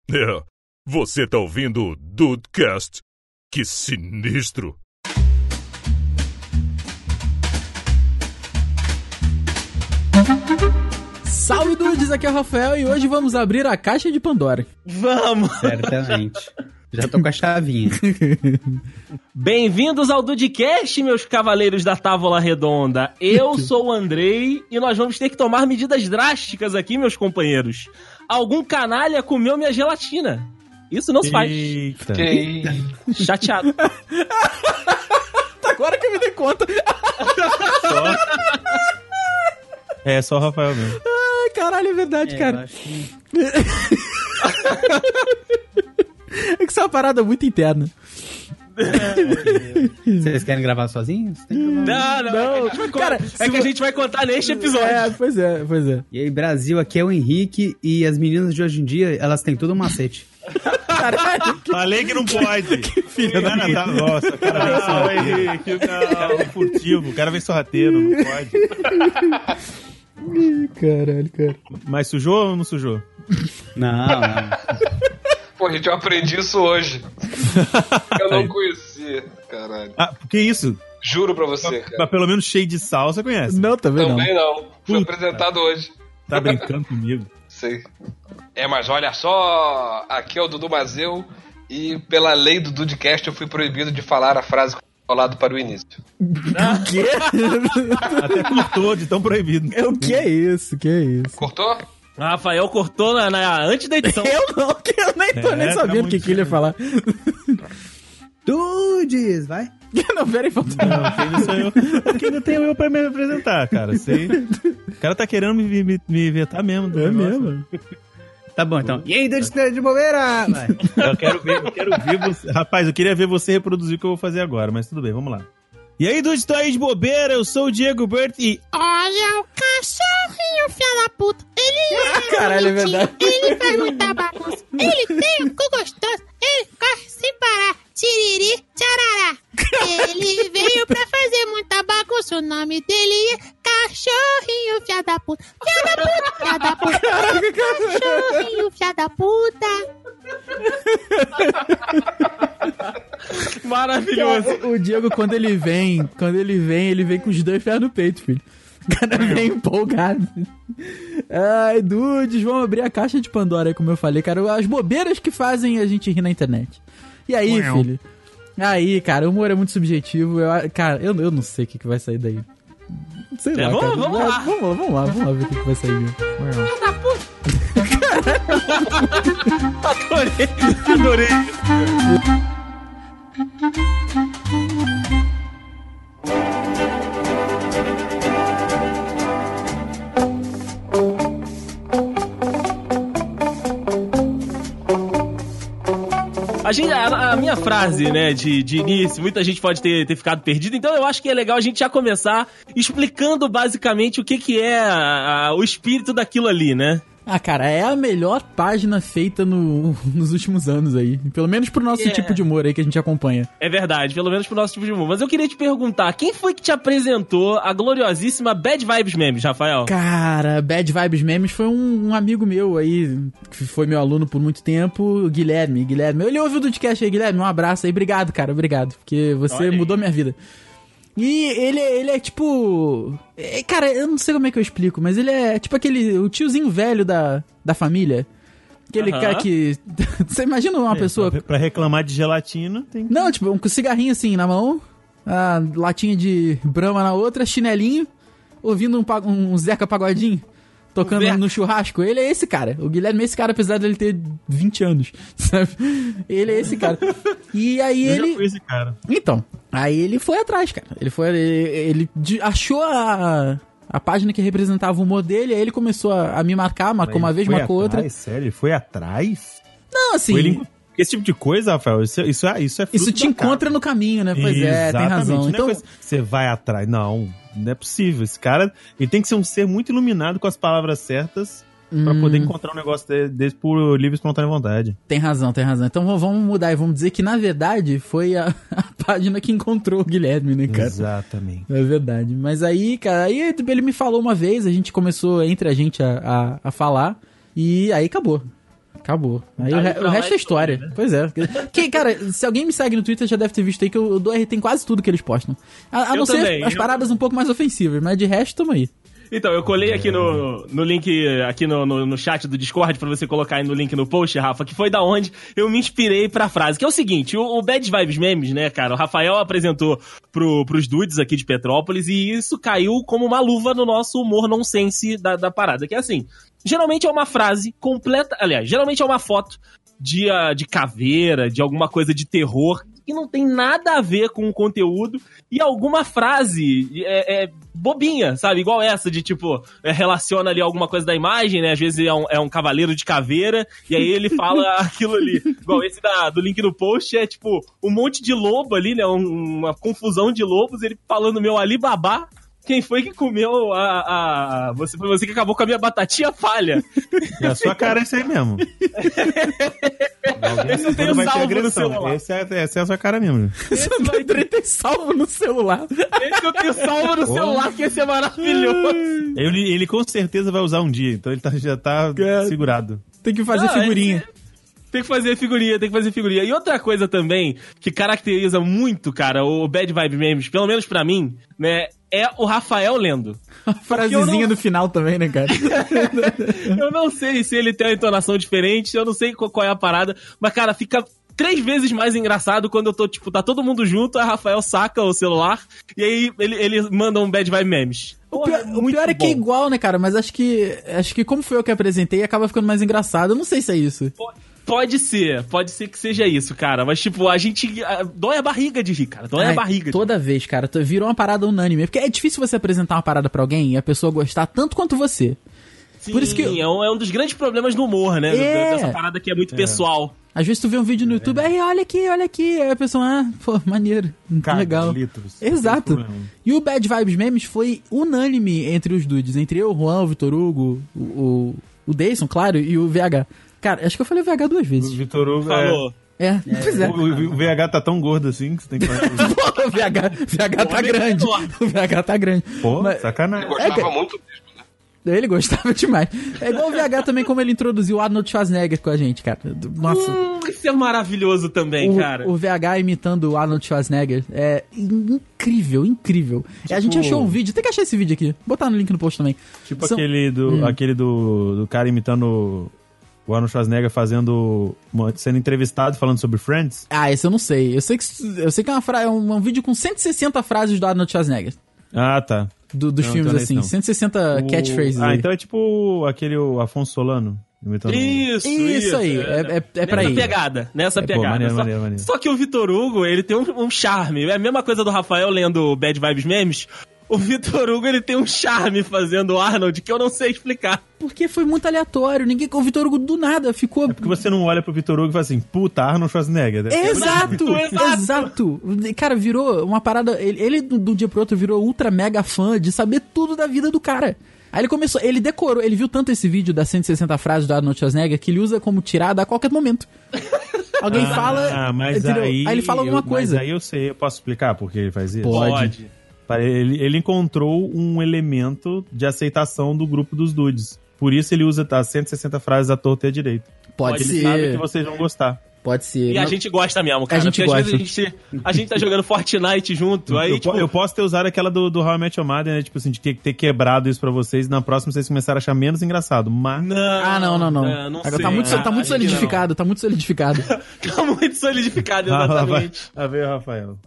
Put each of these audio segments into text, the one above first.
É, você tá ouvindo o Dudecast? Que sinistro! Salve dudes, aqui é o Rafael e hoje vamos abrir a caixa de Pandora. Vamos! Certamente. Já tô com a chavinha. Bem-vindos ao Dudecast, meus cavaleiros da Távola Redonda. Eu sou o Andrei e nós vamos ter que tomar medidas drásticas aqui, meus companheiros. Algum canalha comeu minha gelatina. Isso não se faz. Eita. Chateado. Agora que eu me dei conta. Só o Rafael mesmo. Ai, caralho, é verdade, cara. Acho que... É que isso é uma parada muito interna. Vocês querem gravar sozinhos? Tem que gravar. Não. Cara, que a gente vai contar neste episódio. Pois é. E aí, Brasil, aqui é o Henrique e as meninas de hoje em dia, elas têm tudo um macete. Caralho, Falei que não pode. filha da Cara, nossa, o cara vem só Henrique, o cara vem furtivo, o cara vem sorrateiro, não pode. Caralho, cara. Mas sujou ou não sujou? Não. Pô, gente, eu aprendi isso hoje. Eu não conhecia, caralho. Ah, que isso? Juro pra você, cara. Mas pelo menos cheio de sal, você conhece? Não, também não. Também não. Fui Puta. apresentado hoje. Tá brincando comigo? Sei. Mas olha só, aqui é o Dudu Mazeu e pela lei do Dudecast eu fui proibido de falar a frase colado para o início. O quê? Até cortou de tão proibido. O que é isso? O que é isso? Cortou? Rafael cortou antes da edição. Eu não, que eu nem tô nem sabendo o que ele ia falar. Dudes, vai. Não, peraí, falta. Não, quem sou eu? Porque ainda tenho eu pra me apresentar, cara. Sei. O cara tá querendo me vetar mesmo. Do negócio. Mesmo? Tá bom, então. E aí, Dudes de bobeira? Vai. Eu quero ver você. Rapaz, eu queria ver você reproduzir o que eu vou fazer agora, mas tudo bem, vamos lá. E aí, dudes, tô aí de bobeira, eu sou o Diego Bert e... Olha o cachorrinho, filha da puta. Ele Caralho, é verdade. Ele faz muita bagunça. Ele tem um cu gostoso. Ele corre sem parar. Tiriri, tcharará. Ele veio pra fazer muita bagunça. O nome dele é Cachorrinho, filha da puta. Filha da puta, filha da puta. Cachorrinho, filha da puta. Maravilhoso. O Diego, quando ele vem com os dois pés no peito, filho. O cara vem empolgado. Ai, dudes, vamos abrir a caixa de Pandora aí, como eu falei, cara. As bobeiras que fazem a gente rir na internet. E aí, filho? Aí, cara, o humor é muito subjetivo. Eu não sei o que vai sair daí. Sei lá, cara. Vamos lá. Vamos lá ver o que vai sair mesmo. Adorei. A minha frase, né, de início, muita gente pode ter ficado perdida, então eu acho que é legal a gente já começar explicando basicamente o que é o espírito daquilo ali, né? Ah, cara, é a melhor página feita nos últimos anos aí. Pelo menos pro nosso tipo de humor aí que a gente acompanha. É verdade, pelo menos pro nosso tipo de humor. Mas eu queria te perguntar, quem foi que te apresentou a gloriosíssima Bad Vibes Memes, Rafael? Cara, Bad Vibes Memes foi um amigo meu aí, que foi meu aluno por muito tempo, o Guilherme. Ele ouviu o podcast aí, Guilherme, um abraço aí. Obrigado, cara, obrigado. Porque você mudou minha vida. E ele é tipo... Cara, eu não sei como é que eu explico, mas ele é tipo o tiozinho velho da família. Aquele cara que... Você imagina uma pessoa... Pra reclamar de gelatina, tem que... Não, tipo, um cigarrinho assim na mão, a latinha de Brahma na outra, chinelinho, ouvindo um Zeca Pagodinho. Tocando no churrasco. Ele é esse cara. O Guilherme é esse cara, apesar dele ter 20 anos, sabe? Ele é esse cara. E aí Eu já fui esse cara. Então, aí ele foi atrás, cara. Ele achou a página que representava o humor dele, aí ele começou a me marcou uma vez, marcou outra. Sério? Ele foi atrás? Não, assim... Esse tipo de coisa, Rafael, isso é fruto. Isso te encontra no caminho, né? Pois é, tem razão. Então, você vai atrás. Não é possível. Esse cara, ele tem que ser um ser muito iluminado com as palavras certas pra poder encontrar um negócio desse por livre e espontânea vontade. Tem razão. Então vamos mudar e vamos dizer que, na verdade, foi a página que encontrou o Guilherme, né, cara? Exatamente. É verdade. Mas aí, cara, ele me falou uma vez, a gente começou entre a gente a falar, e aí acabou. Acabou. Aí Tá o indo pra resto lá é história. né? Pois é. Cara, se alguém me segue no Twitter já deve ter visto aí que eu dou RT em quase tudo que eles postam. A não ser também, as paradas um pouco mais ofensivas, mas de resto, tamo aí. Então, eu colei aqui no link, aqui no chat do Discord, pra você colocar aí no link no post, Rafa, que foi da onde eu me inspirei pra frase, que é o seguinte, o Bad Vibes Memes, né, cara, o Rafael apresentou pros dudes aqui de Petrópolis, e isso caiu como uma luva no nosso humor nonsense da parada, que é assim, geralmente é uma frase completa, aliás, geralmente é uma foto de caveira, de alguma coisa de terror, que não tem nada a ver com o conteúdo, e alguma frase bobinha, sabe? Igual essa de, tipo, relaciona ali alguma coisa da imagem, né? Às vezes é um cavaleiro de caveira, e aí ele fala aquilo ali. Igual esse do link no post, é tipo um monte de lobo ali, né? Uma confusão de lobos, ele falando meu Alibaba. Quem foi que comeu Foi você que acabou com a minha batatinha falha. E a sua cara é isso aí mesmo. Esse eu tenho salvo no celular. Essa é a sua cara mesmo. Esse não vai ter salvo no celular. Esse eu tenho salvo no celular, que esse é maravilhoso. Ele com certeza vai usar um dia, então ele já tá segurado. Tem que fazer figurinha. Tem que fazer figurinha. E outra coisa também que caracteriza muito, cara, o Bad Vibe Memes, pelo menos pra mim, né, é o Rafael lendo. A frasezinha no final também, né, cara? Eu não sei se ele tem uma entonação diferente, eu não sei qual é a parada, mas, cara, fica 3 vezes mais engraçado quando eu tô, tipo, tá todo mundo junto, a Rafael saca o celular e aí ele manda um Bad Vibe Memes. O pior é que é igual, né, cara? Mas acho que como foi eu que apresentei, acaba ficando mais engraçado. Eu não sei se é isso. Pode ser que seja isso, cara. Mas, tipo, a gente dói a barriga de rir, cara. A barriga. Toda vez, cara. Virou uma parada unânime. Porque é difícil você apresentar uma parada pra alguém e a pessoa gostar tanto quanto você. Sim, por isso que é um dos grandes problemas do humor, né? Dessa parada que é muito pessoal. Às vezes tu vê um vídeo no YouTube, aí olha aqui. Aí a pessoa, pô, maneiro. Legal. Litros. Exato. E o Bad Vibes Memes foi unânime entre os dudes. Entre eu, o Juan, o Vitor Hugo, o Deison, claro, e o VH. Cara, acho que eu falei o VH 2 vezes. O Vitor Hugo falou. Pois é. O VH tá tão gordo assim que você tem que falar. O VH tá grande. O VH tá grande. Pô, sacanagem. Eu gostava muito mesmo, né? Ele gostava demais. É igual o VH também, como ele introduziu o Arnold Schwarzenegger com a gente, cara. Nossa. Isso é maravilhoso também, cara. O VH imitando o Arnold Schwarzenegger é incrível. A gente achou um vídeo, tem que achar esse vídeo aqui. Botar no link no post também. Tipo aquele do cara imitando o Arnold Schwarzenegger sendo entrevistado falando sobre Friends. Ah, esse eu não sei. Eu sei que é um vídeo com 160 frases do Arnold Schwarzenegger. Ah, tá. Dos filmes, assim. Não. 160 catchphrases. Então é tipo aquele Afonso Solano. Isso aí. É pra ir. Nessa pegada. Maneiro. Só que o Vitor Hugo, ele tem um charme. É a mesma coisa do Rafael lendo Bad Vibes Memes. O Vitor Hugo, ele tem um charme fazendo o Arnold que eu não sei explicar. Porque foi muito aleatório. O Vitor Hugo do nada ficou... É porque você não olha pro Vitor Hugo e fala assim, puta, Arnold Schwarzenegger. Exato. Cara, virou uma parada... Ele, de um dia pro outro, virou ultra mega fã de saber tudo da vida do cara. Aí ele decorou, ele viu tanto esse vídeo das 160 frases do Arnold Schwarzenegger que ele usa como tirada a qualquer momento. Alguém fala... mas aí ele fala alguma coisa. Mas aí eu posso explicar por que ele faz isso? Pode. Ele encontrou um elemento de aceitação do grupo dos dudes. Por isso ele usa as 160 frases à torta e à direita. Pode ser. Ele sabe que vocês vão gostar. Pode ser. E a gente gosta mesmo, cara. A gente porque gosta. Às vezes a gente tá jogando Fortnite junto. Aí, eu posso ter usado aquela do How I Met Your Mother, né? Tipo assim, de ter quebrado isso pra vocês e na próxima vocês começaram a achar menos engraçado. Mas... Não. Não sei. Tá muito solidificado. Tá muito solidificado, exatamente. A ver, Rafael.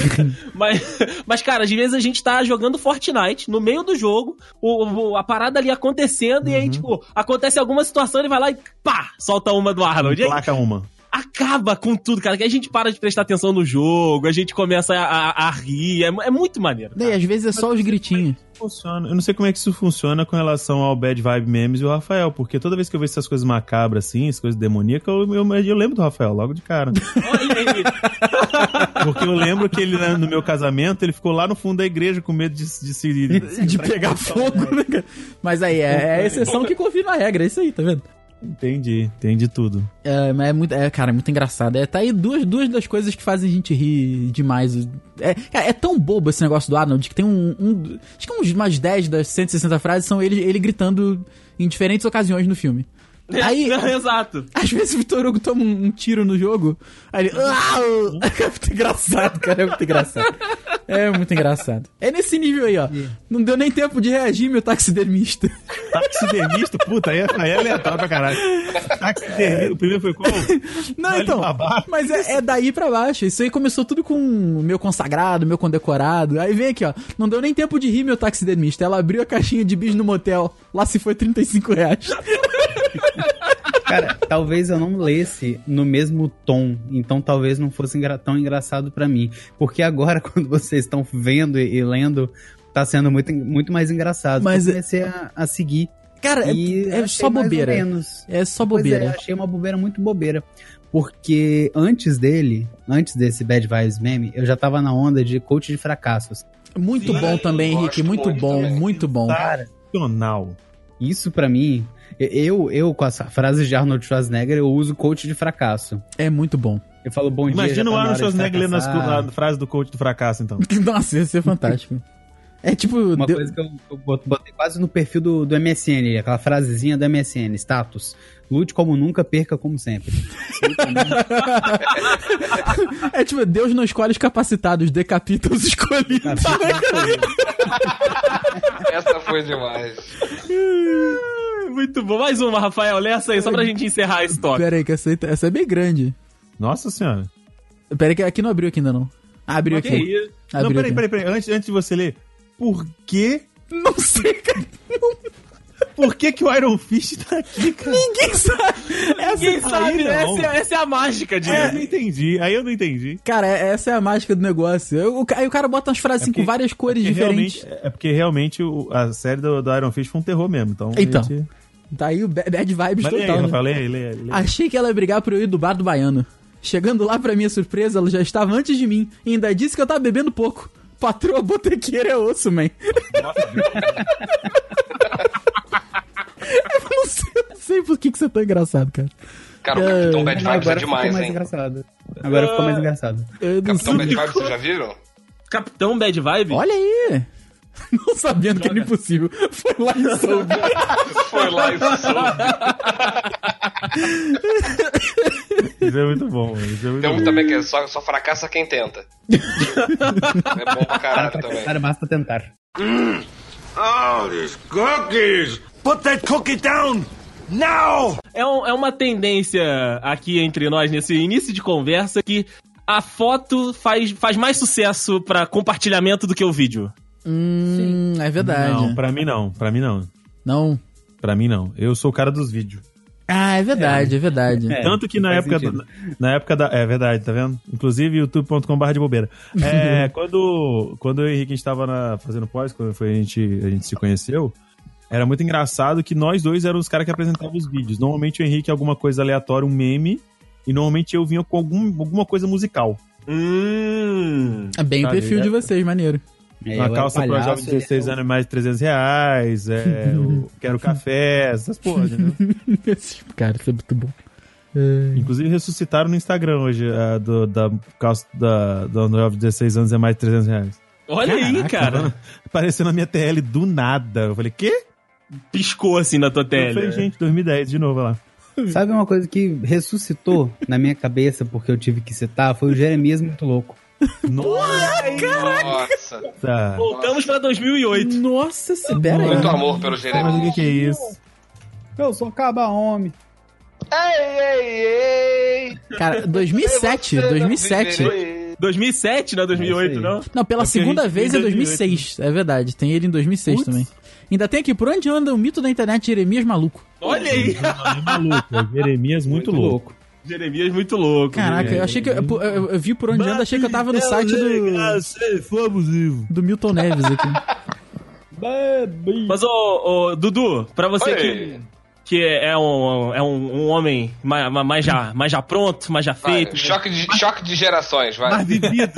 mas, cara, às vezes a gente tá jogando Fortnite no meio do jogo, a parada ali acontecendo, e aí, tipo, acontece alguma situação, ele vai lá e pá, solta uma do Arnold. Placa uma. Acaba com tudo, cara, que a gente para de prestar atenção no jogo, a gente começa a rir, é muito maneiro. E às vezes é só os gritinhos. Funciona. Eu não sei como é que isso funciona com relação ao Bad Vibe Memes e o Rafael, porque toda vez que eu vejo essas coisas macabras assim, essas coisas demoníacas, eu lembro do Rafael, logo de cara. Olha aí. Porque eu lembro que ele, no meu casamento, ele ficou lá no fundo da igreja com medo de pegar fogo, né, cara? Mas aí, é a exceção que confirma a regra, é isso aí, tá vendo? Entendi tudo. Mas cara, é muito engraçado. Tá aí duas das coisas que fazem a gente rir demais. Cara, é tão bobo esse negócio do Arnold que tem acho que umas 10 das 160 frases são ele gritando em diferentes ocasiões no filme. Aí, Exato. às vezes o Vitor Hugo toma um tiro no jogo, aí ele... É muito engraçado, cara, é muito engraçado. É muito engraçado. É nesse nível aí, ó. Não deu nem tempo de reagir, meu taxidermista. Taxidermista? Puta, aí é aleatório pra caralho. Taxidermista, o primeiro foi qual? Não, Vale então, babar. mas é daí pra baixo. Isso aí começou tudo com o meu consagrado, meu condecorado. Aí vem aqui, ó. Não deu nem tempo de rir, meu taxidermista. Ela abriu a caixinha de bis no motel. Lá se foi R$35. Cara, talvez eu não lesse no mesmo tom, então talvez não fosse tão engraçado pra mim. Porque agora, quando vocês estão vendo e lendo, tá sendo muito mais engraçado. Mas eu comecei a seguir. Cara, e é achei só mais ou bobeira. menos. É só Pois bobeira. achei uma bobeira muito bobeira. Porque antes desse Bad Vibes meme, eu já tava na onda de coach de fracassos. Muito bom também, Henrique. Muito bom, muito bom. Cara, Nacional. isso pra mim, eu com as frases de Arnold Schwarzenegger, eu uso coach de fracasso. É muito bom. Eu falo bom dia. Imagina já o tá na Arnold hora de Schwarzenegger lendo fracassar. a frase do coach do fracasso, então. Nossa, ia ser fantástico. É tipo... Uma coisa que eu botei quase no perfil do MSN, aquela frasezinha do MSN, status. Lute como nunca, perca como sempre. É tipo, Deus não escolhe os capacitados, decapita os escolhidos. Essa foi demais. Muito bom. Mais uma, Rafael. Lê essa aí, só pra gente encerrar esse toque. Pera aí, que essa é bem grande. Nossa senhora. Pera aí, que aqui não abriu aqui ainda não. Ah, abriu Ok. aqui. Não, Abriu aqui. peraí. Antes de você ler, por que Não sei, cara. que o Iron Fist tá aqui, cara? Ninguém sabe. Ninguém sabe, não. essa é a mágica de... Eu não entendi. Cara, essa é a mágica do negócio. Aí o cara bota umas frases assim, com várias cores diferentes. Porque realmente a série do Iron Fist foi um terror mesmo. Então, Então. a gente... Daí o Bad Vibes Mas lê aí, total, né? Rafael, lê. Achei que ela ia brigar por eu ir do bar do Baiano. Chegando lá, pra minha surpresa, ela já estava antes de mim. E ainda disse que eu tava bebendo pouco. Patroa botequeira é osso, man. Eu não sei por que você é tão engraçado, cara. Cara, o Capitão Bad Vibes é Agora demais, ficou mais hein? engraçado. Agora ficou mais engraçado. Eu não Capitão sei. Bad Vibes, vocês já viram? Capitão Bad Vibe? Olha aí! Não sabendo que era impossível. Foi lá e soube. Foi lá e soube. Isso é muito bom, mano. Isso é muito Tem um bom. também que é só fracassa quem tenta. É bom pra caralho também. Cara, basta tentar. Oh, these cookies! Put that cookie down now! É uma tendência aqui entre nós, nesse início de conversa, que a foto faz mais sucesso pra compartilhamento do que o vídeo. É verdade. Não, pra mim não. Não. Pra mim não. Eu sou o cara dos vídeos. Ah, é verdade, é verdade. É. Tanto que na faz época, sentido. na época da... É verdade, tá vendo? Inclusive youtube.com.br de bobeira. Quando eu e o Henrique estava fazendo pós, quando a gente se conheceu, era muito engraçado que nós dois éramos os caras que apresentavam os vídeos. Normalmente o Henrique alguma coisa aleatória, um meme, e normalmente eu vinha com alguma coisa musical. É bem o Sabe, perfil de vocês, maneiro. Uma calça pro jovem de 16 anos é mais de R$300, eu quero café, essas porra, entendeu? Cara, isso é muito bom. Inclusive ressuscitaram no Instagram hoje da calça do jovem de 16 anos é mais de R$300. Olha aí, cara. Apareceu na minha TL do nada. Eu falei, quê? Piscou assim na tua Eu tela. falei, gente, 2010, de novo lá. Sabe uma coisa que ressuscitou na minha cabeça, porque eu tive que citar, foi o Jeremias Muito Louco. Nossa. Nossa! Voltamos pra 2008. Nossa, pera aí. Muito amor pelo Mas Jeremias. o que é isso? Eu sou caba-homem. Ei! Cara, 2007, 2007. 2007, não é 2008, não? Não, pela É porque a segunda gente vez tem é 2006, é verdade. Tem ele em 2006 também. Ainda tem aqui, por onde anda o mito da internet Jeremias Maluco? Olha aí. É maluco, é Jeremias muito louco. Jeremias muito louco. Caraca, eu achei que. Eu vi por onde anda, achei que eu tava no site do Milton Neves aqui. Mas, ô, Dudu, pra você Oi. que é um homem mais já pronto, mais já Vai, feito. choque de gerações, vai. Mais vivido.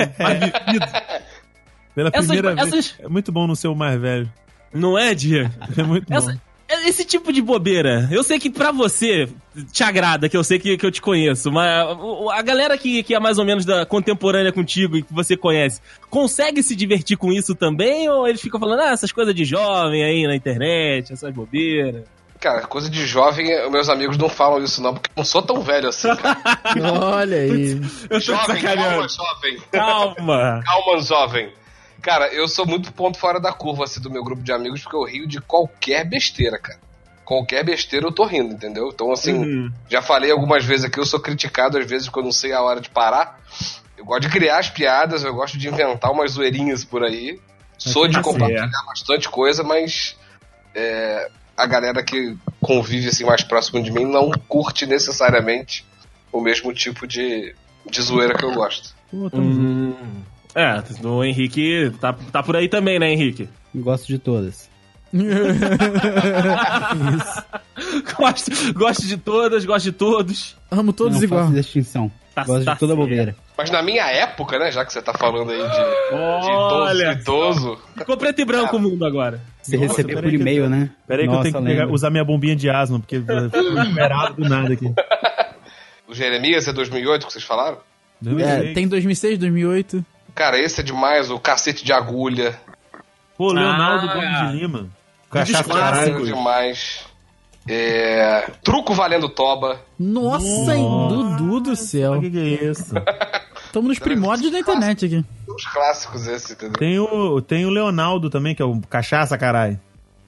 Pela Essas- primeira vez. essas- É muito bom no ser o mais velho. Não é, Diego? É muito bom. Esse tipo de bobeira, eu sei que pra você te agrada, que eu sei que eu te conheço, mas a galera que é mais ou menos da contemporânea contigo e que você conhece, consegue se divertir com isso também? Ou eles ficam falando, essas coisas de jovem aí na internet, essas bobeiras? Cara, coisa de jovem, meus amigos não falam isso não, porque eu não sou tão velho assim, cara. Olha aí. Eu tô Jovem, sacaneando. Calma. Calma, jovem. Cara, eu sou muito ponto fora da curva, assim, do meu grupo de amigos, porque eu rio de qualquer besteira, cara. Qualquer besteira eu tô rindo, entendeu? Então, assim, já falei algumas vezes aqui, eu sou criticado às vezes quando eu não sei a hora de parar. Eu gosto de criar as piadas, eu gosto de inventar umas zoeirinhas por aí. Sou de compartilhar bastante coisa, mas a galera que convive assim mais próximo de mim não curte necessariamente o mesmo tipo de zoeira que eu gosto. O Henrique tá por aí também, né, Henrique? Gosto de todas. Gosto de todas, gosto de todos. Amo todos não igual. Faço distinção. Gosto de toda bobeira. Mas na minha época, né, já que você tá falando aí de idoso. Ficou preto e branco o mundo agora. Você recebeu por e-mail, né? Peraí que eu tenho que usar minha bombinha de asma, porque eu fui liberado do nada aqui. O Jeremias é 2008 que vocês falaram? Tem 2006, 2008. Cara, esse é demais, o Cacete de Agulha. Pô, Leonardo Gomes de Lima. Cachaça Clássico demais. Truco valendo toba. Nossa, Dudu do céu. O que é isso? Estamos nos primórdios da internet aqui. Os clássicos esses, entendeu? Tem o Leonardo também, que é o Cachaça, caralho.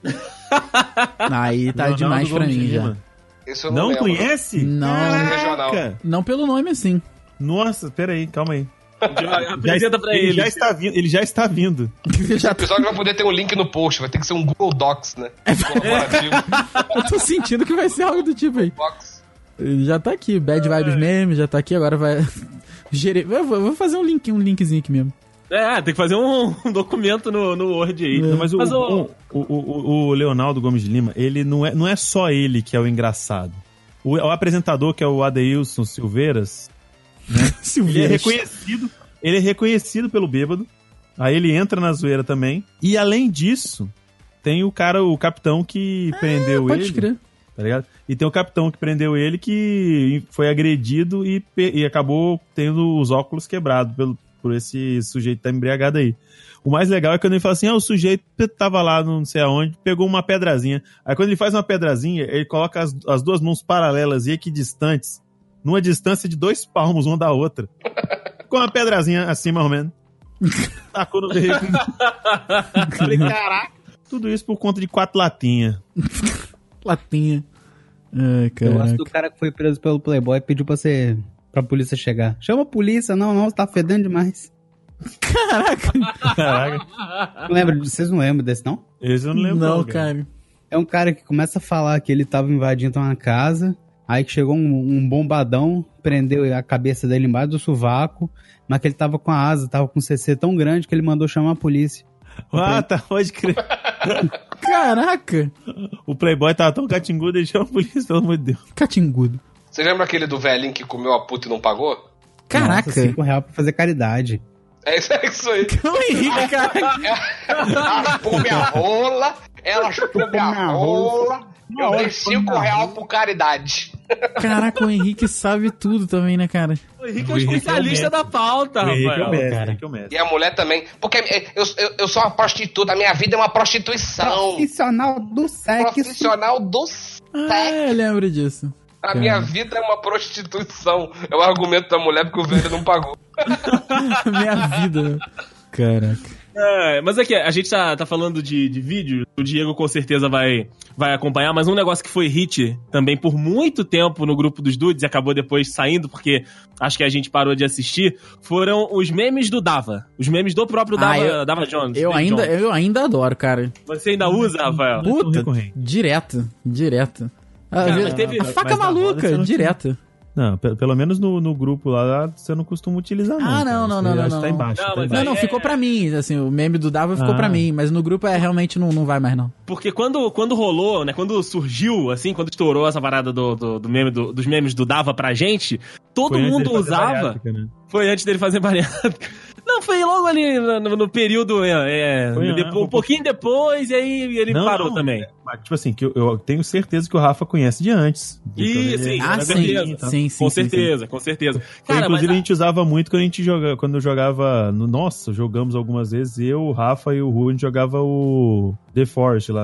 Aí tá Leonardo demais pra Gomes de mim já. Lima. Esse eu Não lembro. conhece? Não. Regional. Não pelo nome assim. Nossa, peraí, calma aí. Apresenta pra ele. Ele já está vindo. Esse episódio vai poder ter um link no post, vai ter que ser um Google Docs, né? Colaborativo. Eu tô sentindo que vai ser algo do tipo aí. Docs. Já tá aqui, Bad Vibes Meme, já tá aqui, agora vai... Eu vou fazer um linkzinho aqui mesmo. Tem que fazer um documento no Word aí. Não, mas o Leonardo Gomes de Lima, ele não é só ele que é o engraçado. O apresentador, que é o Adeilson Silveiras, né? Ele é reconhecido pelo bêbado. Aí ele entra na zoeira também. E além disso, tem o capitão que prendeu ele. Pode crer. Tá ligado? E tem o capitão que prendeu ele, que foi agredido e acabou tendo os óculos quebrados por esse sujeito que tá embriagado aí. O mais legal é quando ele fala assim, o sujeito tava lá não sei aonde, pegou uma pedrazinha. Aí quando ele faz uma pedrazinha, ele coloca as duas mãos paralelas e equidistantes, numa distância de 2 palmos uma da outra. Com uma pedrazinha assim, mais ou menos. Tacou no veículo. Falei, caraca. Tudo isso por conta de 4 latinhas. Latinha. Ai, Eu gosto caraca. do cara que foi preso pelo Playboy e pediu pra polícia chegar. Chama a polícia, não, você tá fedendo demais. Caraca. Vocês não lembram desse, não? Esse eu não lembro. Não, cara. É um cara que começa a falar que ele tava invadindo uma casa, aí que chegou um bombadão, prendeu a cabeça dele embaixo do sovaco, mas que ele tava com a asa, tava com um CC tão grande que ele mandou chamar a polícia. Tá, pode crer. Caraca. O Playboy tava tão catingudo, ele chama a polícia, pelo amor de Deus. Catingudo. Você lembra aquele do velhinho que comeu a puta e não pagou? Caraca. Nossa, R$5 pra fazer caridade. É isso aí. O Henrique, cara. Ela chupou minha rola, eu dei R$5 por caridade. Caraca, o Henrique sabe tudo também, né, cara? O Henrique é o especialista da pauta, Rafael. E a mulher também. Porque eu sou uma prostituta, a minha vida é uma prostituição. Profissional do sexo. Profissional do sexo. Eu lembro disso. A minha vida é uma prostituição. É o argumento da mulher porque o velho não pagou. Minha vida, né? Caraca. Mas aqui, a gente tá falando de vídeo, o Diego com certeza vai acompanhar, mas um negócio que foi hit também por muito tempo no grupo dos dudes e acabou depois saindo, porque acho que a gente parou de assistir, foram os memes do Dava. Os memes do próprio Dava Jones. Eu ainda adoro, cara. Você ainda usa, Rafael? Puta, direto. Teve faca maluca, direto. Não, pelo menos no grupo lá você não costuma utilizar, não. Não. Tá embaixo. Não, ficou pra mim, assim, o meme do Dava ficou pra mim, mas no grupo realmente não vai mais, não. Porque quando rolou, né, quando surgiu, assim, quando estourou essa parada do meme dos memes do Dava pra gente, todo mundo usava. Né? Foi antes dele fazer bariátrica. Não, foi logo ali no período, um pouquinho depois, e aí ele parou também. Mas, tipo assim, que eu tenho certeza que o Rafa conhece de antes. Sim. Com certeza. Cara, inclusive a gente usava muito quando jogava. Jogamos algumas vezes. Eu, o Rafa e o Ru, a gente jogava o The Forest lá.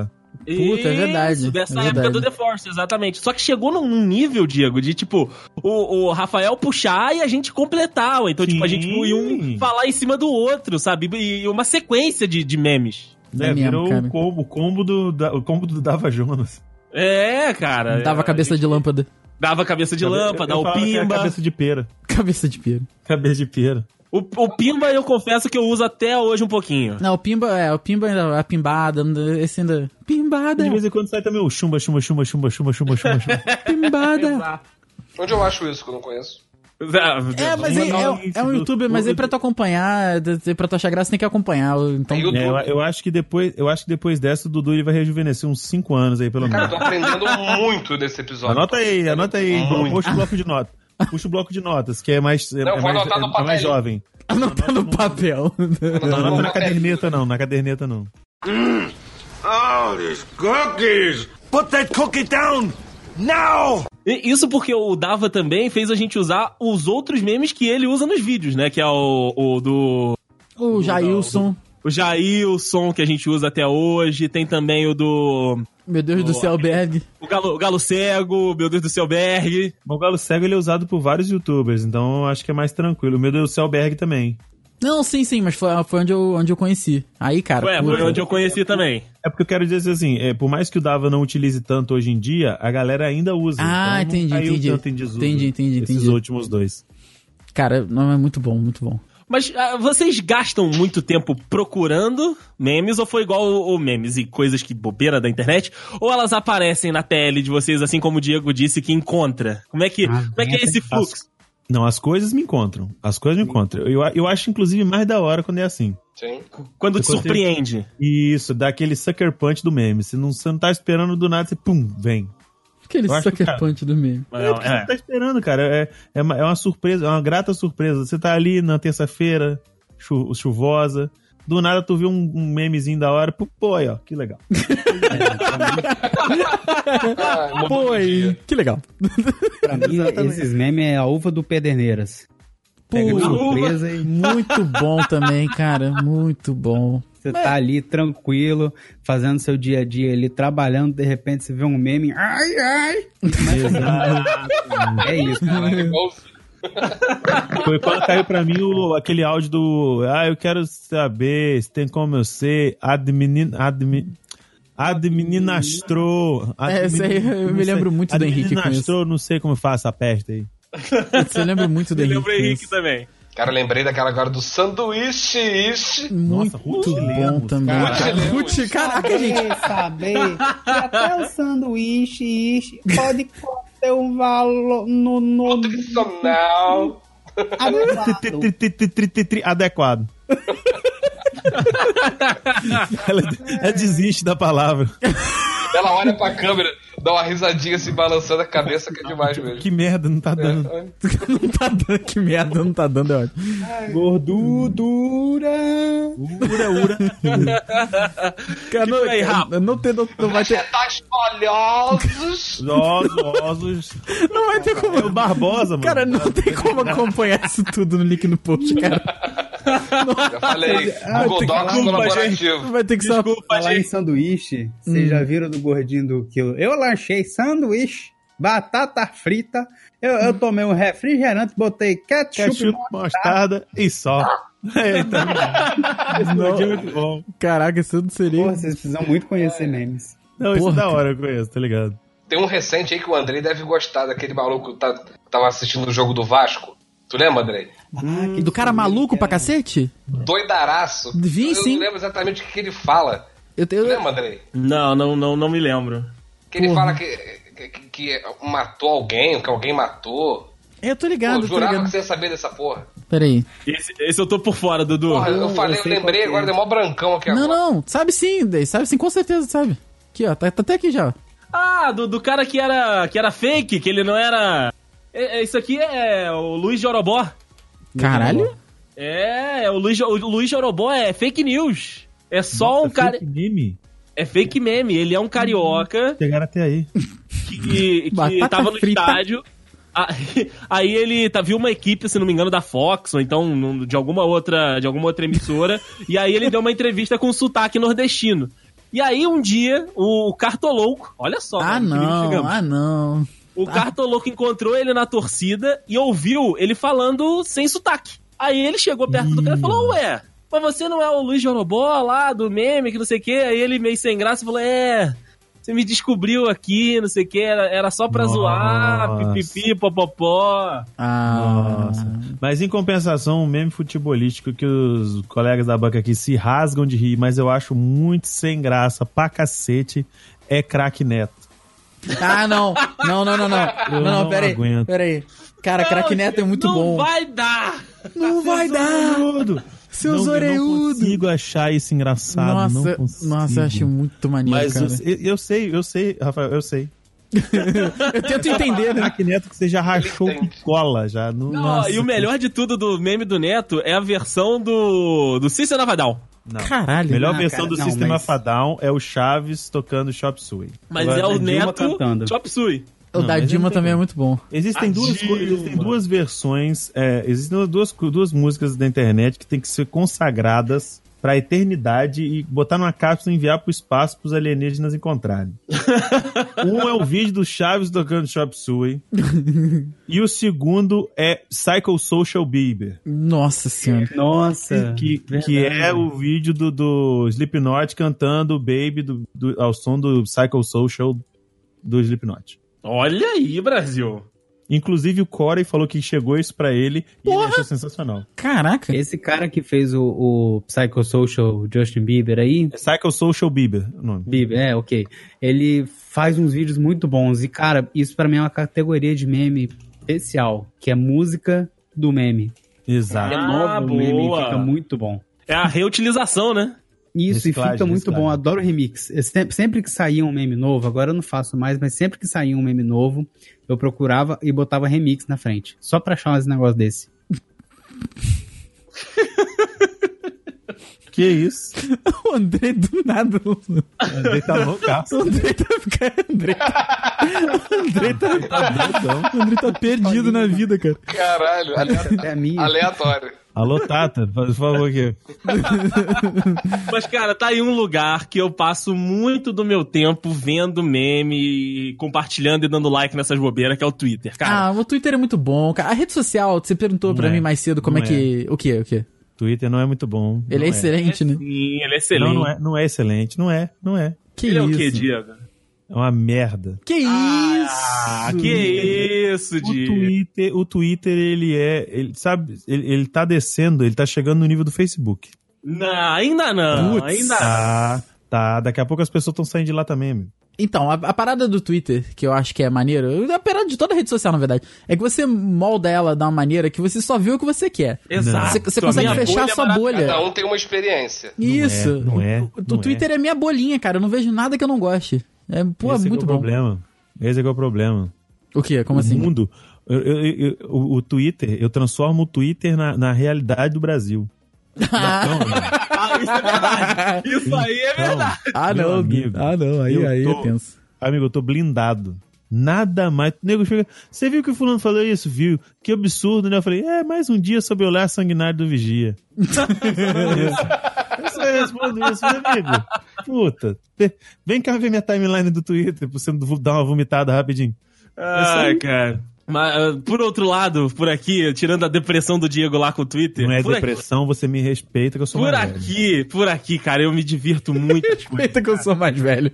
Puta, é verdade. Isso, dessa é época verdade. do The Force, exatamente. Só que chegou num nível, Diego, de tipo, o Rafael puxar e a gente completar. Ou então, tipo, a gente ia um falar em cima do outro, sabe? E uma sequência de memes. É mesmo, virou cara. o combo do Dava Jonas. É, cara. Dava cabeça de lâmpada. Dava cabeça de lâmpada, Eu o falava que era Pimba. cabeça de pera. Cabeça de pera. Cabeça de pera. O Pimba eu confesso que eu uso até hoje um pouquinho. Não, o Pimba ainda, a pimbada, esse ainda... Pimbada, De vez em quando sai também o chumba. pimbada. Onde eu acho isso que eu não conheço? É, mas é um youtuber, mas aí pra tu acompanhar, pra tu achar graça, tem que acompanhar. Então, Eu acho que depois dessa, o Dudu ele vai rejuvenescer uns 5 anos aí, pelo Cara, menos. eu tô aprendendo muito nesse episódio. Anota aí. Muito. Puxa o bloco de notas. Puxa o bloco de notas, que é mais, Não, vou anotar no papel. mais jovem. anotar no papel. Não anota na caderneta não. Oh, these cookies! Put that cookie down! Now! Isso porque o Dava também fez a gente usar os outros memes que ele usa nos vídeos, né? Que é o do... O Jailson. O Jailson, que a gente usa até hoje. Tem também o do... Meu Deus do céu, Berg. O Galo Cego, meu Deus do céu, Berg. O Galo Cego ele é usado por vários youtubers, então eu acho que é mais tranquilo. O meu Deus do céu, Berg também. Não, sim, mas foi onde eu conheci. Aí, cara... Foi onde eu conheci também. É porque eu quero dizer assim, por mais que o Dava não utilize tanto hoje em dia, a galera ainda usa. Ah, então não caiu entendi. tanto em desuso Entendi. Esses últimos dois. Cara, não, é muito bom, muito bom. Mas vocês gastam muito tempo procurando memes ou foi igual o memes e coisas que bobeira da internet? Ou elas aparecem na tele de vocês, assim como o Diego disse, que encontra? Como é que é esse fluxo? Não, as coisas me encontram. Eu acho, inclusive, mais da hora quando é assim. Sim. Quando te surpreende. Isso, dá aquele sucker punch do meme. Você não tá esperando do nada, você pum, vem. Aquele Eu acho sucker que, punch do meme. Você não tá esperando, cara. É uma surpresa, é uma grata surpresa. Você tá ali na terça-feira, chuvosa. Do nada tu vê um memezinho da hora. Pô, aí, ó, que legal. Pô, aí, que legal. Pra mim, esses memes é a uva do Pederneiras. Pega de surpresa e Muito bom também, cara. Muito bom. você tá ali tranquilo, fazendo seu dia a dia ali, trabalhando, de repente você vê um meme. Ai! É isso. Foi quando caiu pra mim aquele áudio do... eu quero saber se tem como eu ser administrou... Esse aí eu me lembro muito do Henrique com isso. Administrou, não sei como eu faço a peste aí. Você lembra muito do Eu Henrique. lembro o Henrique também. Cara, lembrei daquela agora do sanduíche. Muito bom também. Ruth, Caraca, gente. Saber que até o sanduíche pode ter um valor no Nutricional. Adequado. Ela desiste da palavra. Ela olha pra câmera, dá uma risadinha se balançando a cabeça, que é demais mesmo. Que merda, não tá dando. Não tá dando, que merda, não tá dando, é ótimo. Gordura. Ura. Cara, não vai ter. Vegetais oleosos. Osos. Não vai ter como. É o Barbosa, mano. Cara, não tem como acompanhar isso tudo no link no post, cara. Já falei, Google Docs colaborativo. Vai ter que só. Falar em sanduíche, vocês já viram do gordinho do quilo? Eu lanchei sanduíche, batata frita, eu tomei um refrigerante, botei ketchup mostarda e só. Então, esse gordinho é muito bom. Caraca, isso não seria. Porra, vocês precisam muito conhecer memes. Não, isso é Porra, da hora, eu conheço, tá ligado? Tem um recente aí que o Andrei deve gostar, daquele maluco que tava assistindo o jogo do Vasco. Tu lembra, Andrei? Do cara maluco pra cacete? Doidaraço. Vi, eu sim. não lembro exatamente o que ele fala. Eu Tu lembra, Andrei? Não me lembro. Que ele fala que matou alguém, que alguém matou. Eu tô ligado, Pô, jurava que você ia saber dessa porra. Peraí. Esse eu tô por fora, Dudu. Porra, eu lembrei, agora deu mó brancão aqui agora. Não, sabe sim, com certeza sabe. Aqui, ó, tá até aqui já. Ah, do cara que era fake, que ele não era... Isso aqui é o Luiz Jorobó. Caralho? O Luiz Jorobó é fake news. É só um cara... Fake meme? É fake meme. Ele é um carioca Chegaram até aí. que Batata tava no frita. estádio. Aí ele viu uma equipe, se não me engano, da Fox, ou então de alguma outra emissora. E aí ele deu uma entrevista com sotaque nordestino. E aí, um dia, o Cartolouco, olha só. Ah, né, não. O Cartolouco encontrou ele na torcida e ouviu ele falando sem sotaque. Aí ele chegou perto do cara e falou, ué, mas você não é o Luiz Jorobó lá, do meme, que não sei o quê? Aí ele meio sem graça falou, você me descobriu aqui, não sei o quê, era só pra zoar, pipipi, popopó. Nossa. Mas em compensação, um meme futebolístico que os colegas da banca aqui se rasgam de rir, mas eu acho muito sem graça pra cacete, é Craque Neto. Ah, não, pera aí. Cara, Craque Neto é muito bom. Não vai dar! Não vai dar! Seus orelhudos! Não consigo achar isso engraçado. Nossa, eu acho muito maneiro, mas cara. Eu sei, Rafael, eu sei. Eu tento entender, né? Craque Neto que você já rachou com cola, já. Não, e o melhor de tudo do meme do Neto é a versão do System of a Down. Não. Caralho. A melhor versão do System of a Down é o Chaves tocando Chop Suey. Mas Agora é o Dilma Neto cantando. Chop Suey. O da Dilma também é muito bom. Existem duas versões, existem duas músicas da internet que tem que ser consagradas pra eternidade e botar numa cápsula e enviar pro espaço pros alienígenas encontrarem. Um é o vídeo do Chaves tocando Chop Suey e o segundo é Psycho Social Bieber. Nossa senhora. Nossa. Que é o vídeo do Slipknot cantando Baby ao som do Psycho Social do Slipknot. Olha aí, Brasil. Inclusive o Corey falou que chegou isso pra ele e ele achou sensacional. Caraca. Esse cara que fez o Psychosocial Justin Bieber aí... É Psycho Social Bieber o nome. Bieber, ok. Ele faz uns vídeos muito bons e, cara, isso pra mim é uma categoria de meme especial, que é música do meme. Exato. Renova o meme e fica muito bom. É a reutilização, né? Isso, e fica muito bom, adoro remix. Sempre que saía um meme novo, agora eu não faço mais, mas sempre que saía um meme novo, eu procurava e botava remix na frente. Só pra achar uns negócios desse. Que isso? O André do nada. O André tá loucaço. O André tá perdido na vida, cara. Caralho, aleatório. Alô, Tata, por favor aqui. Mas, cara, tá aí um lugar que eu passo muito do meu tempo vendo meme, compartilhando e dando like nessas bobeiras, que é o Twitter, cara. Ah, o Twitter é muito bom, cara. A rede social, você perguntou pra mim mais cedo como é que... O quê? Twitter não é muito bom. Ele é excelente, né? Sim, ele é excelente. Não é excelente, não é. Que ele isso? é o quê, Diego? É uma merda. Que isso? Que isso, Diego? O Twitter, ele tá descendo, ele tá chegando no nível do Facebook. Não, ainda não. Putz. Tá. Daqui a pouco as pessoas estão saindo de lá também, amigo. Então, a parada do Twitter, que eu acho que é maneiro, a parada de toda rede social, na verdade, é que você molda ela de uma maneira que você só vê o que você quer. Exato. Você consegue fechar a sua bolha. Cada um tem uma experiência. Isso. Não é. O Twitter é minha bolinha, cara. Eu não vejo nada que eu não goste. É muito bom. Esse é que é o problema. O quê? Como assim? O mundo... O Twitter, eu transformo o Twitter na realidade do Brasil. Isso é verdade. Isso aí é verdade. Não. Amigo, Aí é tenso. Amigo, eu tô blindado. Nada mais. O nego chega. Você viu que o fulano falou isso? Viu? Que absurdo, né? Eu falei, mais um dia sob o olhar sanguinário do vigia. Eu só respondo isso, meu amigo. Puta. Vem cá ver minha timeline do Twitter pra você dar uma vomitada rapidinho. Ai, cara. Mas, por outro lado, por aqui, tirando a depressão do Diego lá com o Twitter... Não é depressão, você me respeita que eu sou mais velho. Por aqui, cara, eu me divirto muito. Respeita que eu sou mais velho.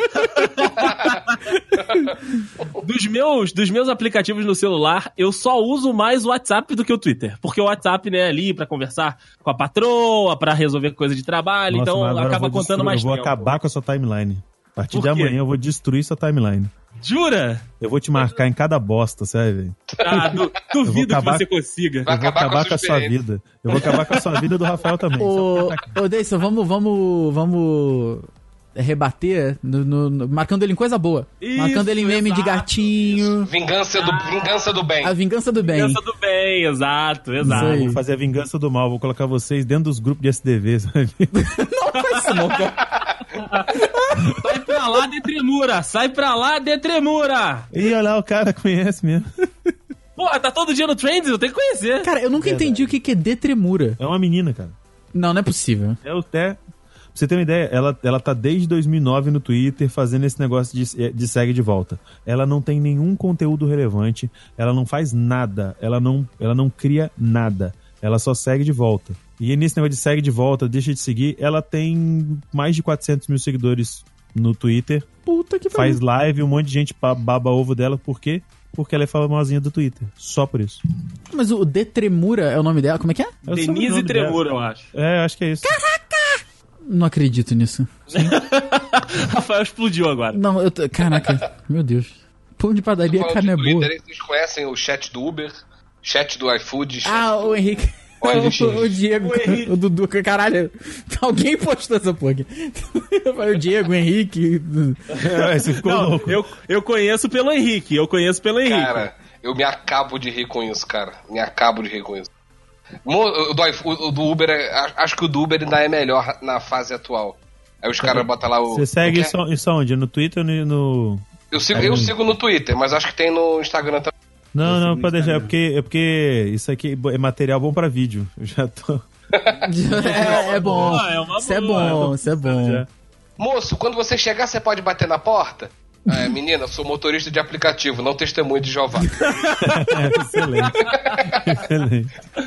Dos meus aplicativos no celular, eu só uso mais o WhatsApp do que o Twitter. Porque o WhatsApp, né, é ali pra conversar com a patroa, pra resolver coisa de trabalho, Nossa, então acaba contando mais tempo. Eu vou acabar com a sua timeline. A partir de amanhã eu vou destruir sua timeline. Jura? Eu vou te marcar em cada bosta, sabe? Duvido que você consiga. Eu vou acabar com a sua vida. Eu vou acabar com a sua vida do Rafael também. Ô, Deison, vamos rebater marcando ele em coisa boa. Isso, marcando ele em meme de gatinho. Vingança do bem. A vingança do bem. Vingança do bem, exato. Vou fazer a vingança do mal. Vou colocar vocês dentro dos grupos de SDV, sabe? Não faz isso não, cara. Sai pra lá de tremura! Ih, olha lá, o cara conhece mesmo. Pô, tá todo dia no Trends, eu tenho que conhecer. Cara, eu nunca entendi o que é detremura. É uma menina, cara. Não é possível. É o Té. você ter uma ideia, ela tá desde 2009 no Twitter fazendo esse negócio de segue de volta. Ela não tem nenhum conteúdo relevante, ela não faz nada, ela não cria nada. Ela só segue de volta. E nesse negócio de segue de volta, deixa de seguir, ela tem mais de 400 mil seguidores no Twitter. Puta que faz live, um monte de gente baba ovo dela. Por quê? Porque ela é famosinha do Twitter. Só por isso. Mas o De Tremura é o nome dela? Como é que é? Denise Tremura, eu acho. Acho que é isso. Caraca! Não acredito nisso. Rafael explodiu agora. Não, caraca, meu Deus. Pão de padaria, a carne é boa. Vocês conhecem o chat do Uber? Chat do iFood? O Henrique. O Diego, o Dudu, caralho. Alguém postou essa porra aqui. O Diego, o Henrique. Você ficou louco. Eu conheço pelo Henrique. Cara, eu me acabo de rir com isso, cara. O do Uber, acho que o do Uber ainda é melhor na fase atual. Aí os caras botam lá o... Você segue isso onde? No Twitter ou no... Eu sigo no Twitter, mas acho que tem no Instagram também. Não, pode deixar. É porque isso aqui é material bom pra vídeo. Eu já tô... É bom. Isso é bom. Moço, quando você chegar, você pode bater na porta? Menina, eu sou motorista de aplicativo, não testemunho de Jeová. Excelente.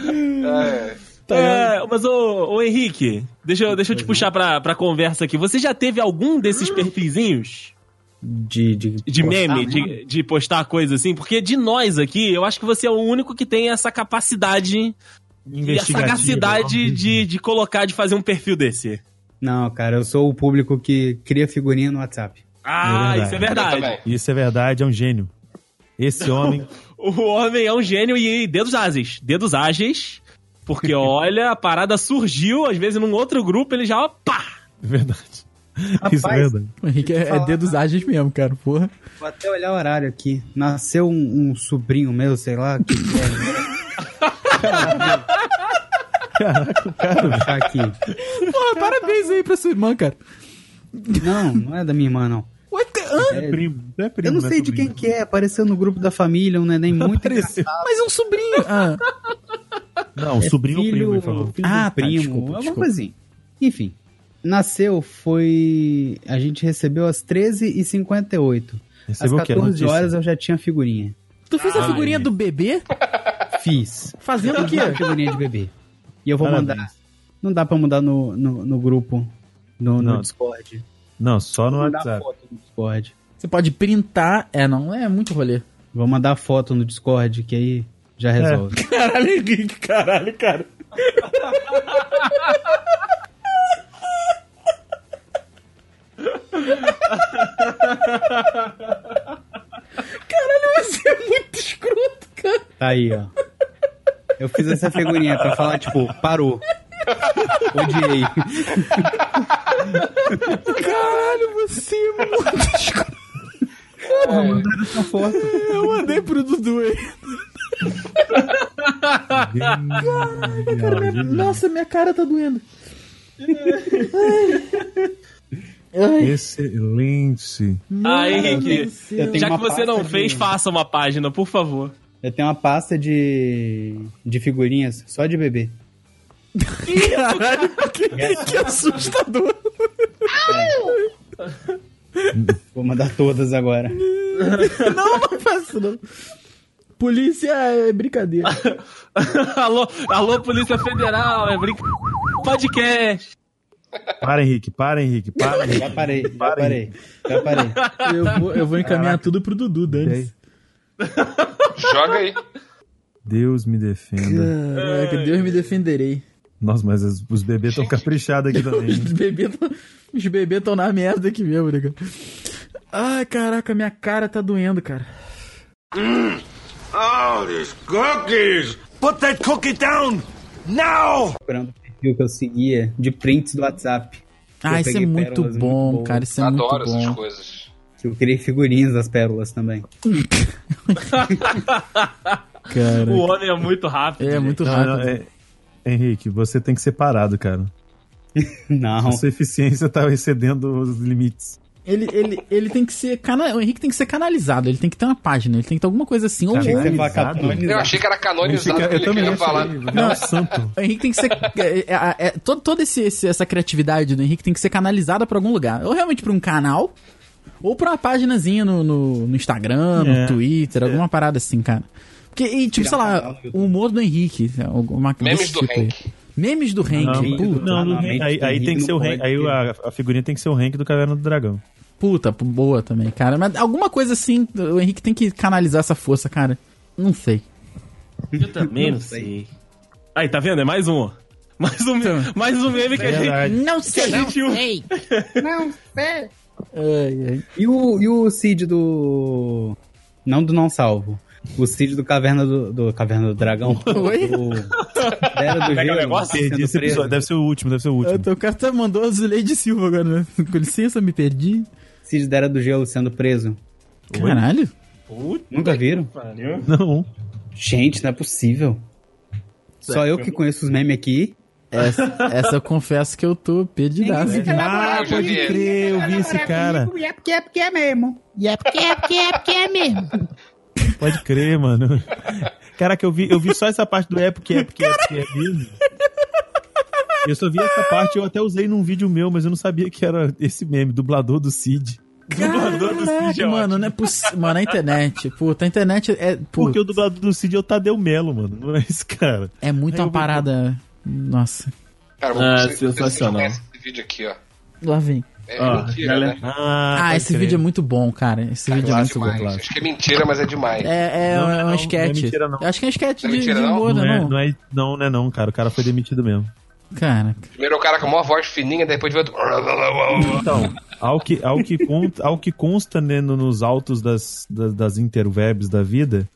Mas ô Henrique, deixa eu te puxar pra conversa aqui. Você já teve algum desses perfilzinhos? De meme, de postar coisa assim? Porque de nós aqui, eu acho que você é o único que tem essa capacidade e a sagacidade de colocar, de fazer um perfil desse. Não, cara, eu sou o público que cria figurinha no WhatsApp. Isso é verdade. Isso é verdade, é um gênio. Esse homem... O homem é um gênio e dedos ágeis, porque olha, a parada surgiu, às vezes num outro grupo, ele já, pá! Verdade. Rapaz, isso é verdade. O Henrique é dedos ágeis mesmo, cara, porra. Vou até olhar o horário aqui. Nasceu um sobrinho meu, sei lá. Caraca, cara. Aqui. Porra, parabéns aí pra sua irmã, cara. Não é da minha irmã, não. É primo, eu não sei de quem que é, apareceu no grupo da família, um neném muito engraçado. Mas é um sobrinho. Não, sobrinho ou primo, ele falou. Filho do primo, alguma coisinha. Enfim, nasceu, a gente recebeu às 13h58. Às 14 horas eu já tinha figurinha. Tu fez a figurinha do bebê? Fiz. Fazendo o quê? A figurinha de bebê. E eu vou mandar. Não dá pra mandar no grupo, no Discord. Não, só no Vou WhatsApp. mandar foto no Discord. Você pode printar. Não é muito rolê. Vou mandar foto no Discord, que aí já resolve. Caralho, Henrique, caralho, cara. Caralho, você é muito escroto, cara. Tá aí, ó. Eu fiz essa figurinha pra falar, tipo, parou. Odiei. Caralho, você é muito escroto. Mandaram essa foto. Eu mandei pro Dudu aí. Nossa, minha cara tá doendo. Excelente. Henrique, já que você não fez, faça uma página, por favor. Eu tenho uma pasta de figurinhas só de bebê. Caralho, que assustador. Vou mandar todas agora. Não faço não. Polícia é brincadeira. alô, Polícia Federal, é brincadeira. Podcast. Para, Henrique. Já parei. Eu vou encaminhar tudo pro Dudu, Dani. Joga aí. Deus me defenda. Caraca, Deus me defenderei. Nossa, mas os bebês estão caprichados aqui também. Os bebês estão na merda aqui mesmo, né, cara? Ai, caraca, minha cara tá doendo, cara. Oh, these cookies! Put that cookie down! Now! Procurando o perfil que eu seguia de prints do WhatsApp. Isso é muito bom, cara. Isso é muito bom. Adoro essas coisas. Que eu criei figurinhas das pérolas também. Cara, o homem é muito rápido. É muito rápido. Henrique, você tem que ser parado, cara. Não. A sua eficiência tá excedendo os limites. ele tem que ser... O Henrique tem que ser canalizado, ele tem que ter uma página, ele tem que ter alguma coisa assim. Eu achei que era canonizado. Eu também ia falar. Não, é santo. O Henrique tem que ser... toda essa criatividade do Henrique tem que ser canalizada pra algum lugar. Ou realmente pra um canal, ou pra uma paginazinha no Instagram, no Twitter, alguma parada assim, cara. Porque, tipo, sei lá, o humor do Henrique. Memes do Henrique. Memes do Henrique. Não, aí tem que ser o Henrique. Aí a figurinha tem que ser o Henrique do Caverna do Dragão. Puta, boa também, cara. Mas alguma coisa assim, o Henrique tem que canalizar essa força, cara. Não sei. Eu também não sei. Aí, tá vendo? É mais um. Mais um meme que a gente... Não sei, não sei. Não sei. E o Cid do... Não do Não Salvo. O Cid do Caverna do Dragão. Oi? Era do Pega o Gelo, negócio? sendo Esse preso. episódio deve ser o último. O cara mandou a Zuleide Silva agora, né? Com licença, me perdi. Cid da Era do Gelo sendo preso. Caralho. Nunca viram? Não. Gente, não é possível. Só eu que conheço os memes aqui. Essa eu confesso que eu tô perdidaço. Pode crer, eu vi esse cara. E é porque é mesmo. E é porque é mesmo. Pode crer, mano. Caraca, eu vi só essa parte do porque é mesmo. Eu só vi essa parte, eu até usei num vídeo meu, mas eu não sabia que era esse meme, dublador do Cid. Dublador do Cid, mano, não é possível. Mano, a internet, puta, a internet é... Porque o dublador do Cid é o Tadeu Melo, mano, não é esse cara. É muito uma parada... Nossa. Cara, sensacional. Esse vídeo aqui, ó. Lá vem. Mentira, né? Esse vídeo é muito bom, cara. Esse vídeo é muito bom. Demais. Acho que é mentira, mas é demais. É um sketch. Não é mentira, não. Eu acho que é um sketch Não é de mentira, não? humor, né? Não é não, cara. O cara foi demitido mesmo. Cara. Primeiro o cara com a maior voz fininha, depois de outro... Então, ao que consta né, nos autos das interwebs da vida,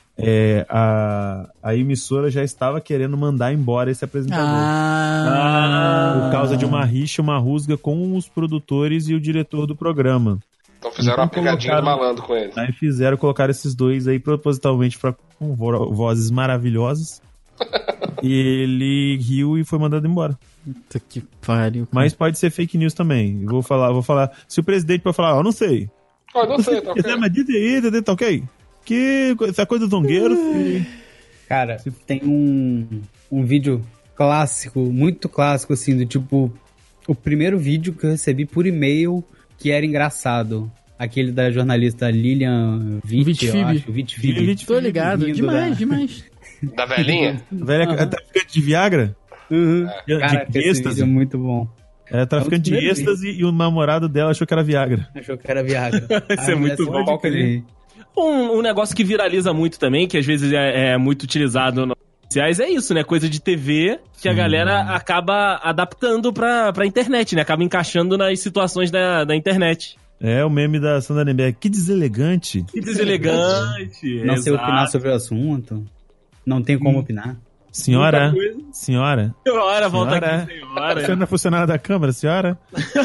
a emissora já estava querendo mandar embora esse apresentador. Por causa de uma rixa, uma rusga com os produtores e o diretor do programa. Então fizeram uma pegadinha do malandro com ele. Aí colocaram esses dois aí propositalmente com vozes maravilhosas. E ele riu e foi mandado embora. Puta que pariu. Cara. Mas pode ser fake news também. Vou falar. Se o presidente pode falar, não sei. Não sei, tá ok. Mas diz aí, tá ok? Que essa coisa do zongueiro. Cara, tem um vídeo clássico, muito clássico, assim, do tipo... O primeiro vídeo que eu recebi por e-mail que era engraçado. Aquele da jornalista Lilian Vitfib. Tô ligado. Demais. Da velhinha? Velha traficante de Viagra? Uhum. Cara, de êxtase. É muito bom. Era traficante de êxtase e o namorado dela achou que era Viagra. Isso é muito bom. Um negócio que viraliza muito também, que às vezes é muito utilizado nas redes sociais, é isso, né? Coisa de TV que a galera acaba adaptando pra internet, né? Acaba encaixando nas situações da internet. É, o meme da Sandra Nemberg. Que deselegante. Não sei opinar sobre o assunto. Não tem como opinar. Senhora, volta aqui, senhora. Você não é funcionária da Câmara, senhora?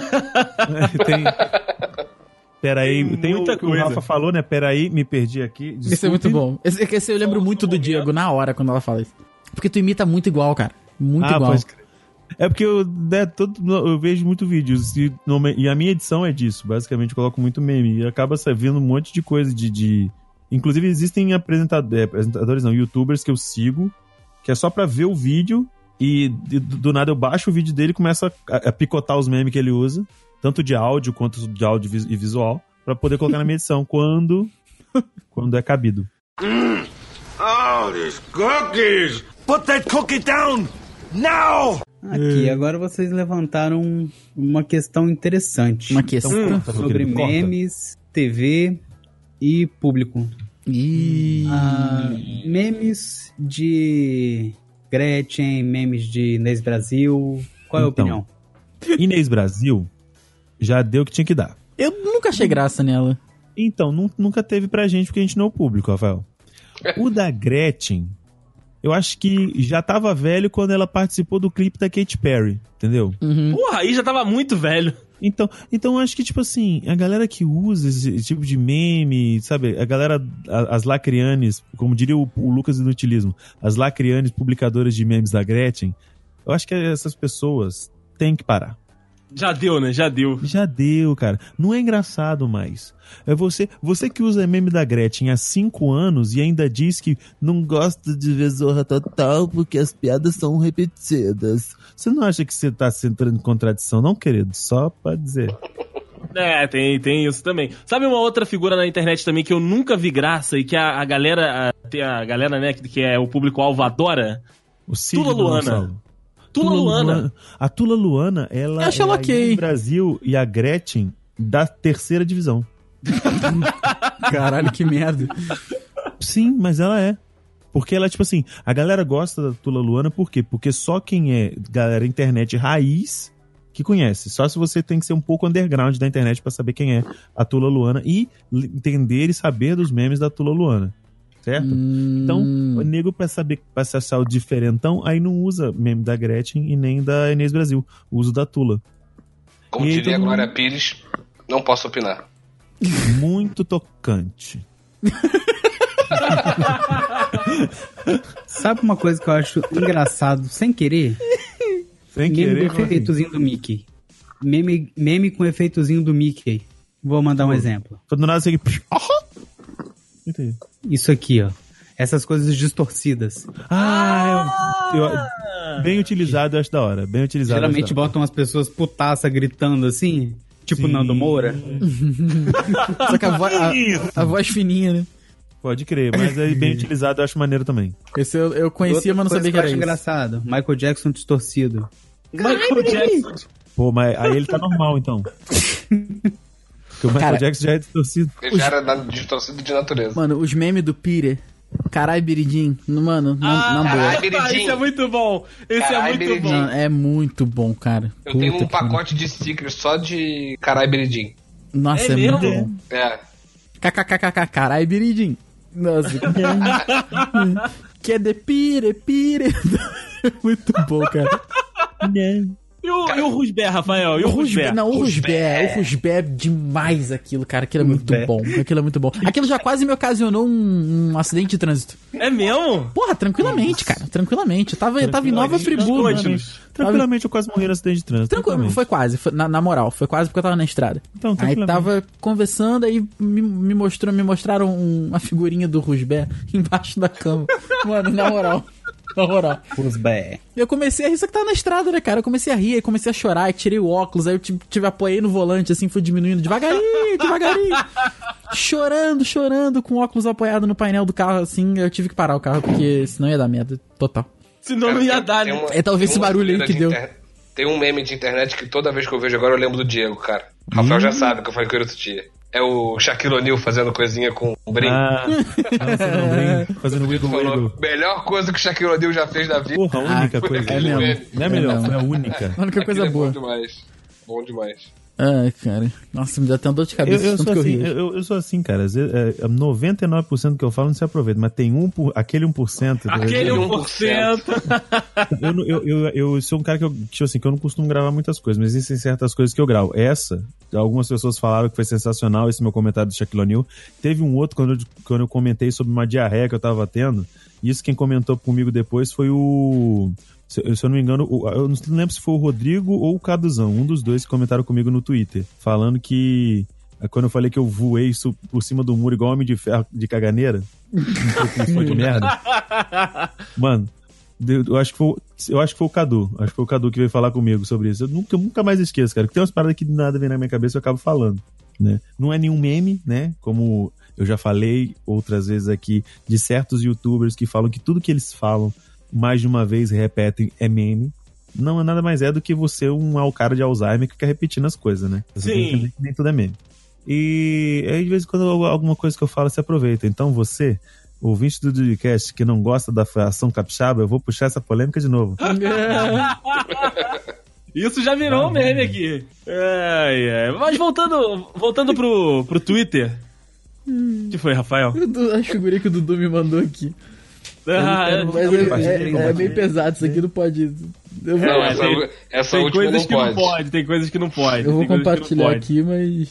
Peraí, tem muita coisa. O Rafa falou, né? Peraí, me perdi aqui. Desculpe. Esse é muito bom. Esse eu lembro muito do Diego na hora quando ela fala isso. Porque tu imita muito igual, cara. Muito igual. Pode crer. É porque eu vejo muito vídeos e a minha edição é disso. Basicamente, eu coloco muito meme e acaba vendo um monte de coisa de... Inclusive, existem apresentadores, não, youtubers que eu sigo, que é só pra ver o vídeo e do nada eu baixo o vídeo dele e começo a picotar os memes que ele usa, tanto de áudio quanto de áudio e visual, pra poder colocar na minha edição, quando é cabido. Oh, these cookies! Put that cookie down! Now! Aqui, agora vocês levantaram uma questão interessante. Uma questão sobre memes, TV e público. Memes de Gretchen, memes de Inês Brasil. Qual é a opinião? Inês Brasil já deu o que tinha que dar. Eu nunca achei graça nela. Então, nunca teve pra gente, porque a gente não é o público, Rafael. O da Gretchen, eu acho que já tava velho quando ela participou do clipe da Katy Perry, entendeu? Porra, aí já tava muito velho. Então acho que, tipo assim, a galera que usa esse tipo de meme, sabe? A galera, as lacrianes, como diria o Lucas Inutilismo, as lacrianes publicadoras de memes da Gretchen, eu acho que essas pessoas têm que parar. Já deu, né? Já deu. Já deu, cara. Não é engraçado mais. É você que usa meme da Gretchen há 5 anos e ainda diz que não gosta de ver Zorra Total porque as piadas são repetidas. Você não acha que você tá entrando em contradição, não, querido? Só pra dizer. É, tem isso também. Sabe uma outra figura na internet também que eu nunca vi graça e que a galera, né, que é o público-alvo adora? O Cid Tula Luana. Tula Luana. A Tula Luana, ela acho ela ok. no Brasil e a Gretchen da 3ª divisão. Caralho, que merda. Sim, mas ela é. Porque ela, tipo assim, a galera gosta da Tula Luana por quê? Porque só quem é galera internet raiz que conhece. Só se você tem que ser um pouco underground da internet pra saber quem é a Tula Luana e entender e saber dos memes da Tula Luana. Certo? Então, o nego pra saber, pra se achar o diferentão, aí não usa meme da Gretchen e nem da Inês Brasil. Usa da Tula. Como diria a Glória Pires, não posso opinar. Muito tocante. Sabe uma coisa que eu acho engraçado, sem querer? Sem Meme querer. com efeitozinho do Mickey. Meme com efeitozinho do Mickey. Vou mandar um exemplo. Do nada você aqui. Entendi. Isso aqui, ó. Essas coisas distorcidas. Bem utilizado, eu acho da hora. Bem utilizado. Geralmente botam as pessoas putaça gritando assim, tipo Sim. Nando Moura. Só que a voz fininha, né? Pode crer, mas aí bem utilizado eu acho maneiro também. Esse eu conhecia, mas não sabia que era eu acho isso. engraçado. Michael Jackson distorcido. Michael Jackson. Pô, mas aí ele tá normal, então. Porque o Michael Cara, Jackson já é distorcido. Ele já era distorcido de natureza. Mano, os memes do Peter. Carai, Biridim. Mano, na boa. Esse é muito bom. Carai, é muito Biridim. bom. Mano, é muito bom, cara. Eu tenho Puta um que pacote de stickers só de Carai Biridim. Nossa, É é muito mesmo? bom. É. KKKK, carai, Biridim. Nossa, que é de pire. Muito bom, cara. E o Rusbé, Rafael? E o Rusbé? Não, o Rusbé é demais aquilo, cara. Aquilo é muito bom. Aquilo é muito bom. Aquilo já quase me ocasionou um acidente de trânsito. É mesmo? Porra, tranquilamente, cara. Tranquilamente. Eu tava em Nova Friburgo. Conte-nos. Tranquilamente eu quase morri no acidente de trânsito. Tranquilo, foi quase, na moral, foi quase porque eu tava na estrada. Então, aí tranquilamente. tava conversando, aí me mostraram uma figurinha do Rusbé embaixo da cama. Mano, na moral. Rusbé. Eu comecei a rir, só que tava na estrada, né, cara? Eu comecei a rir, aí comecei a chorar, aí tirei o óculos, aí eu apoiei no volante, assim, fui diminuindo devagarinho. Chorando, com o óculos apoiado no painel do carro, assim, eu tive que parar o carro, porque senão ia dar merda, total. Senão não ia dar, né? Talvez esse barulho aí que deu. Tem um meme de internet que toda vez que eu vejo agora eu lembro do Diego, cara. O Rafael já sabe que eu falei com ele outro dia. É o Shaquille O'Neal fazendo coisinha com um brinco. Fazendo wiggle wiggle. Melhor coisa que o Shaquille O'Neal já fez da vida. Porra, a única coisa. É mesmo. Não é melhor, mesmo. foi a única. A única coisa boa. Bom demais. Ai, cara. Nossa, me dá até uma dor de cabeça. Eu tanto sou que assim, ri. eu sou assim, cara. 99% do que eu falo não se aproveita, mas tem aquele 1%. Aquele 1%. Eu sou um cara que tipo assim, que eu não costumo gravar muitas coisas, mas existem certas coisas que eu gravo. Essa, algumas pessoas falaram que foi sensacional, esse meu comentário do Shaquille O'Neal. Teve um outro quando eu comentei sobre uma diarreia que eu tava tendo. Isso quem comentou comigo depois foi o... Se eu não me engano, eu não lembro se foi o Rodrigo ou o Caduzão, um dos dois que comentaram comigo no Twitter, falando que quando eu falei que eu voei por cima do muro igual Homem de Ferro de caganeira, um pouco de merda. Mano, eu acho que foi o Cadu. Acho que foi o Cadu que veio falar comigo sobre isso. Eu nunca mais esqueço, cara. Que tem umas paradas que nada vem na minha cabeça e eu acabo falando, né? Não é nenhum meme, né? Como eu já falei outras vezes aqui de certos youtubers que falam que tudo que eles falam mais de uma vez repetem é meme. Não é nada mais do que você um cara de Alzheimer que fica repetindo as coisas, né? Você tem que entender que nem tudo é meme. E aí de vez em quando alguma coisa que eu falo se aproveita. Então você, ouvinte do podcast que não gosta da ação capixaba, eu vou puxar essa polêmica de novo. Isso já virou um meme aqui. Mas voltando pro Twitter. O que foi, Rafael? A figurinha que o Dudu me mandou aqui. É bem pesado, isso aqui não pode. Essa tem última coisas não que não pode, tem coisas que não pode. Eu vou compartilhar aqui, mas.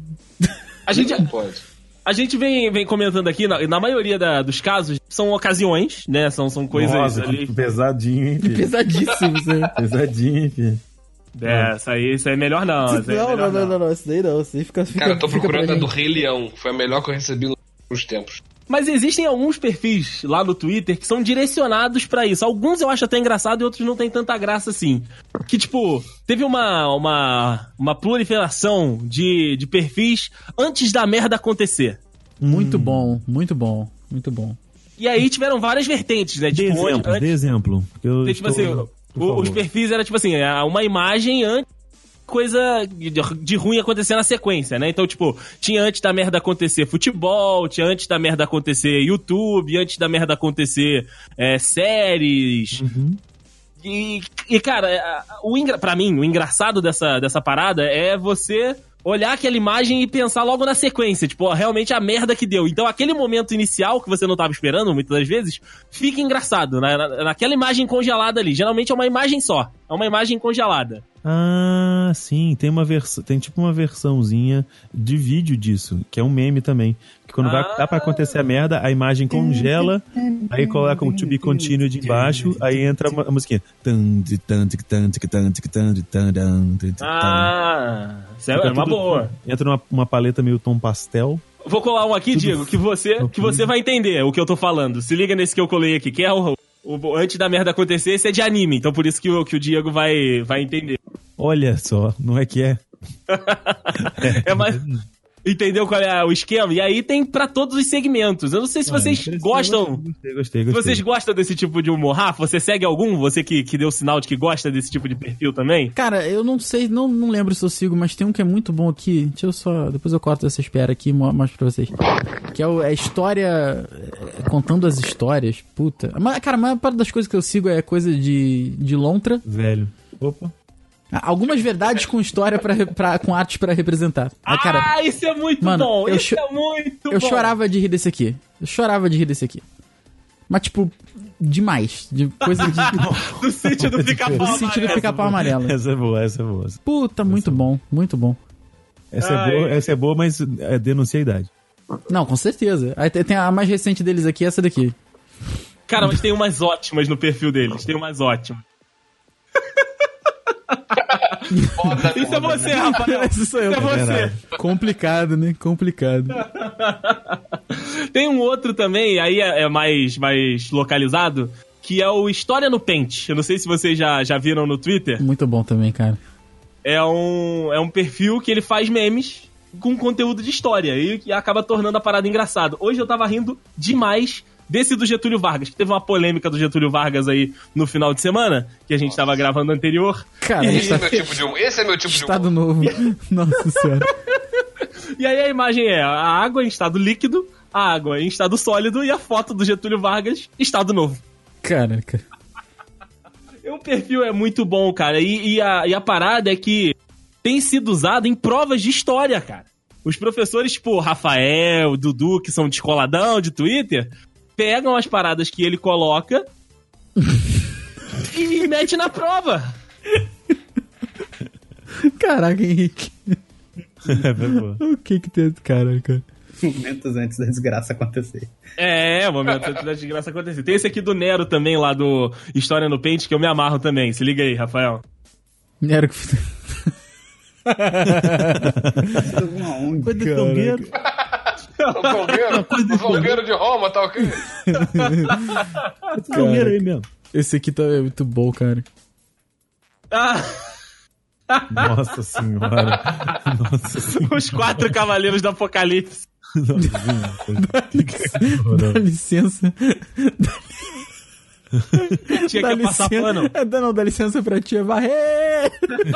A gente vem comentando aqui, na maioria dos casos, são ocasiões, né? São coisas Nossa, ali. pesadinho, hein, filho? Pesadíssimo, isso aí. Pesadinho, hein, filho? Isso aí é melhor não. Isso aí é melhor não, isso daí não. Isso aí fica, cara, eu tô procurando a do Rei Leão. Foi a melhor que eu recebi nos últimos tempos. Mas existem alguns perfis lá no Twitter que são direcionados pra isso. Alguns eu acho até engraçado e outros não tem tanta graça assim. Que, tipo, teve uma proliferação de perfis antes da merda acontecer. Muito bom, muito bom, muito bom. E aí tiveram várias vertentes, né? Dê exemplo. Os perfis eram, tipo assim, uma imagem antes coisa de ruim acontecer na sequência, né? Então, tipo, tinha antes da merda acontecer futebol, tinha antes da merda acontecer YouTube, antes da merda acontecer séries. Uhum. E cara, pra mim, o engraçado dessa parada é você olhar aquela imagem e pensar logo na sequência, tipo, ó, realmente a merda que deu. Então, aquele momento inicial que você não tava esperando, muitas das vezes, fica engraçado, naquela imagem congelada ali. Geralmente é uma imagem só, é uma imagem congelada. Ah, sim, tem tipo uma versãozinha de vídeo disso, que é um meme também. Que quando dá pra acontecer a merda, a imagem congela, aí coloca o to be continued embaixo, aí entra a musiquinha. Isso é uma boa. Entra uma paleta meio tom pastel. Vou colar um aqui, Diego, que você vai entender o que eu tô falando. Se liga nesse que eu colei aqui, que é o antes da merda acontecer, esse é de anime, então por isso que o Diego vai entender. Olha só, não é que é? Mas entendeu qual é o esquema? E aí tem pra todos os segmentos. Eu não sei se vocês gostam. Gostei. Se vocês gostam desse tipo de humor. Rafa, você segue algum? Você que deu sinal de que gosta desse tipo de perfil também? Cara, eu não sei, não lembro se eu sigo, mas tem um que é muito bom aqui. Deixa eu só. Depois eu corto essa espera aqui e mostro pra vocês. Que é a história. Contando as histórias. Puta. Mas, cara, a maior parte das coisas que eu sigo é coisa de lontra. Velho. Opa. Algumas verdades com história com artes pra representar. Aí, cara, isso é muito bom! Isso é muito bom! Eu chorava de rir desse aqui. Mas, tipo, demais. De coisa de... do sítio do Pica-Pau Amarelo. Do sítio do Pica-Pau Amarelo. Essa é boa. Puta, muito bom, muito bom. Essa é boa, mas denuncia a idade. Não, com certeza. Aí tem a mais recente deles aqui, essa daqui. Cara, mas tem umas ótimas no perfil deles. Tem umas ótimas. Isso é você, Rafael. Isso sou eu. Isso é você. Complicado, né? Complicado. Tem um outro também, aí é mais localizado, que é o História no Paint. Eu não sei se vocês já viram no Twitter. Muito bom também, cara. É um perfil que ele faz memes com conteúdo de história e acaba tornando a parada engraçada. Hoje eu tava rindo demais desse do Getúlio Vargas, que teve uma polêmica do Getúlio Vargas aí no final de semana, que a gente tava gravando anterior. Cara, esse é meu tipo de humor. Estado novo. Nossa senhora. E aí a imagem é a água em estado líquido, a água em estado sólido e a foto do Getúlio Vargas em estado novo. Caraca. O perfil é muito bom, cara. E a parada é que tem sido usado em provas de história, cara. Os professores, tipo, Rafael, Dudu, que são descoladão de Twitter, pegam as paradas que ele coloca e mete na prova. Caraca, Henrique. O que tem... Caraca. Momentos antes da desgraça acontecer. Momentos antes da desgraça acontecer. Tem esse aqui do Nero também, lá do História no Paint, que eu me amarro também. Se liga aí, Rafael. Nero que... O Folgueiro de Roma, tá ok? Folgueiro aí mesmo. Esse aqui tá muito bom, cara. Nossa senhora. Os 4 cavaleiros do Apocalipse. Dá licença. Tia quer passar pano. Dá licença pra tia varrer.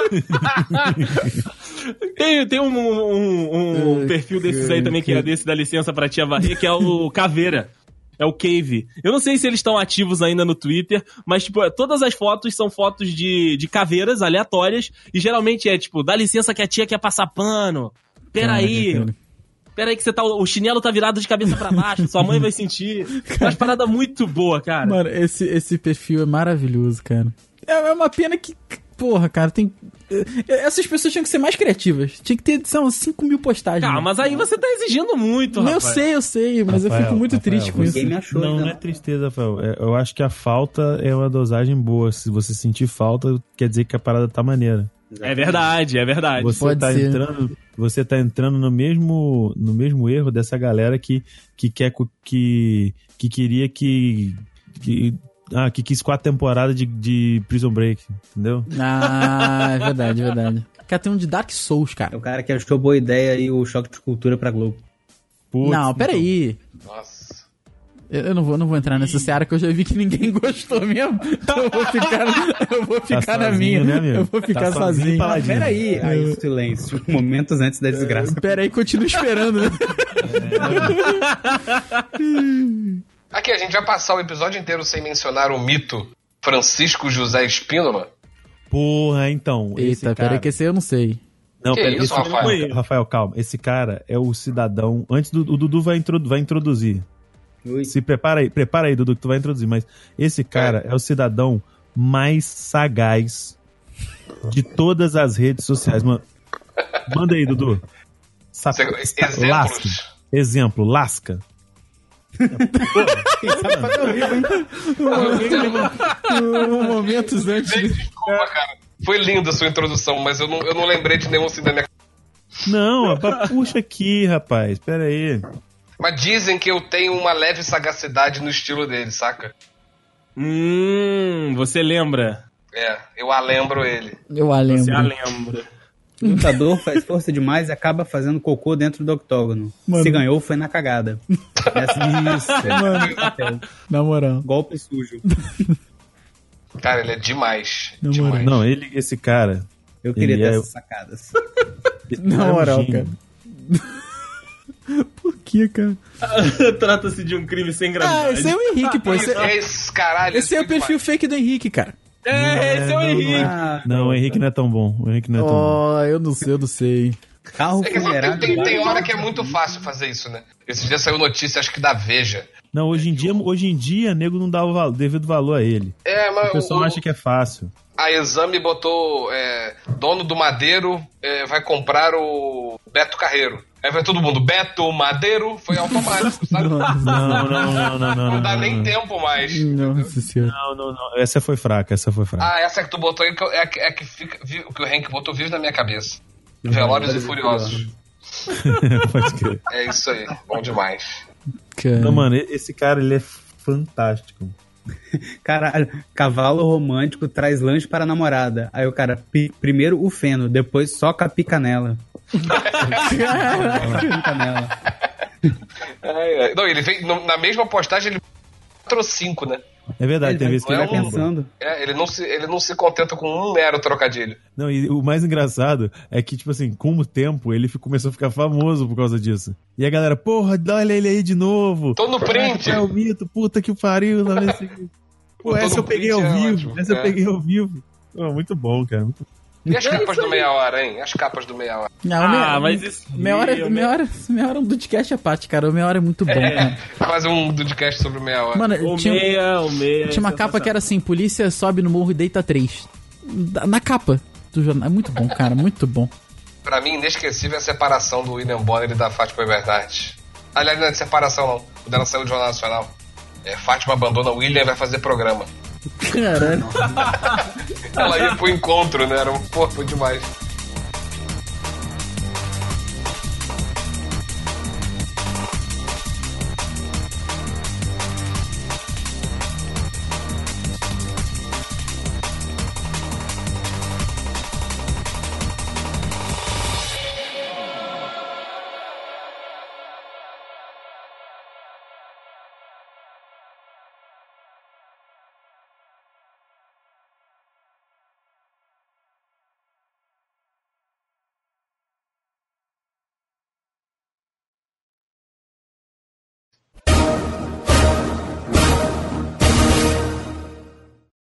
Tem um perfil desses aí também, que é desse da licença pra tia varrer, que é o Caveira. É o Cave. Eu não sei se eles estão ativos ainda no Twitter, mas, tipo, todas as fotos são fotos de caveiras aleatórias, e geralmente é, tipo, dá licença que a tia quer passar pano. Peraí que o chinelo tá virado de cabeça pra baixo, sua mãe vai sentir. É uma parada muito boa, cara. Mano, esse perfil é maravilhoso, cara. É uma pena que, porra, cara, tem... Essas pessoas tinham que ser mais criativas. Tinha que ter, são 5 mil postagens. Cara, mas aí você tá exigindo muito, Rafael. Eu sei, mas Rafael, eu fico muito triste com isso. Me achou, não é tristeza, Rafael. Eu acho que a falta é uma dosagem boa. Se você sentir falta, quer dizer que a parada tá maneira. É verdade, é verdade. Você tá entrando no mesmo erro dessa galera que queria que quis 4 temporadas de Prison Break, entendeu? Ah, é verdade, é verdade. Cara, tem um de Dark Souls, É cara. o cara que achou boa ideia aí o choque de cultura pra Globo. Putz, Não, peraí. Nossa. Eu não vou entrar nessa seara que eu já vi que ninguém gostou mesmo. Então eu vou ficar na sozinho, minha. né, amigo? Eu vou ficar Tá sozinho, sozinho. paladinho. Peraí, aí silêncio. Momentos antes da desgraça. Peraí, continua esperando, né? Aqui, a gente vai passar o episódio inteiro sem mencionar o mito Francisco José Espínola. Porra, então. esse Eita, cara... peraí que esse eu não sei. Não, Que pera, isso, esse Rafael? Rafael, calma. Esse cara é o cidadão. Antes o Dudu vai introduzir. Ui. Se prepara aí, Dudu, que tu vai introduzir. Mas esse cara é o cidadão mais sagaz de todas as redes sociais. Manda aí, Dudu. Exemplos. Exemplo, lasca. Momentos antes. Desculpa, cara. Foi linda a sua introdução, mas eu não lembrei de nenhum assim da minha. Não, puxa aqui, rapaz. Pera aí. Mas dizem que eu tenho uma leve sagacidade no estilo dele, saca? Você lembra? É, eu lembro ele. Eu a lembro. Você a lembra. Lutador faz força demais e acaba fazendo cocô dentro do octógono. Mano. Se ganhou, foi na cagada. Isso, Mano. Na moral. golpe sujo. Cara, ele é demais. Na Demais. Não, esse cara. Eu queria Ele ter é- essas sacadas. Na é um moral, gênio. cara. Por que, cara? Trata-se de um crime sem gravidade. Esse é o Henrique, pô. Esse caralho. Esse é o perfil fake do Henrique, cara. Esse é o Henrique. Não, o Henrique não é tão bom. O Henrique não é tão bom. Oh, eu não sei. Carro É que funerário. tem hora que é muito fácil fazer isso, né? Esses dias saiu notícia, acho que da Veja. Não, hoje em dia, nego não dá o devido valor a ele. É, mas O pessoal acha que é fácil. a Exame botou dono do Madeiro vai comprar o Beto Carreiro. Aí vai todo mundo, Beto Madeiro, foi automático, sabe? Não. Não dá nem tempo mais. Nossa senhora. Não. Essa foi fraca. Ah, essa que tu botou aí é a que fica, o que o Henk botou vive na minha cabeça. Velozes e Furiosos. Pode crer. É isso aí, bom demais. Cara. Não, mano, esse cara, ele é fantástico. Caralho, cavalo romântico traz lanche para a namorada. Aí o cara, primeiro o feno, depois soca a pica nela. Pica nela. Não, ele vem na mesma postagem, ele 4 ou 5, né? É verdade, tem vezes que não ele é compra. Pensando. Ele não se contenta com um mero trocadilho. Não, e o mais engraçado é que, tipo assim, com o tempo, ele começou a ficar famoso por causa disso. E a galera, porra, olha ele aí de novo. Tô no print. É o mito, puta que pariu. Lá nesse... Pô, Tô essa no eu peguei print, ao é vivo. ótimo. Essa É. eu peguei ao vivo. Pô, muito bom, cara. Muito... E as capas do Meia Hora, hein? As capas do Meia Hora. Não, mas isso... meia hora um podcast à parte, cara. O meia hora é muito bom, cara. Fazer um podcast sobre o Meia Hora. Mano, O tinha meia. uma capa que era assim, polícia sobe no morro e deita 3. Na capa do jornal. É muito bom, cara. Muito bom. Pra mim, inesquecível é a separação do William Bonner e da Fátima Bernardes. Aliás, não é de separação, não. O dela saiu do Jornal Nacional. Fátima abandona o William e vai fazer programa. Caralho. Ela ia pro encontro, né? Era um porco demais.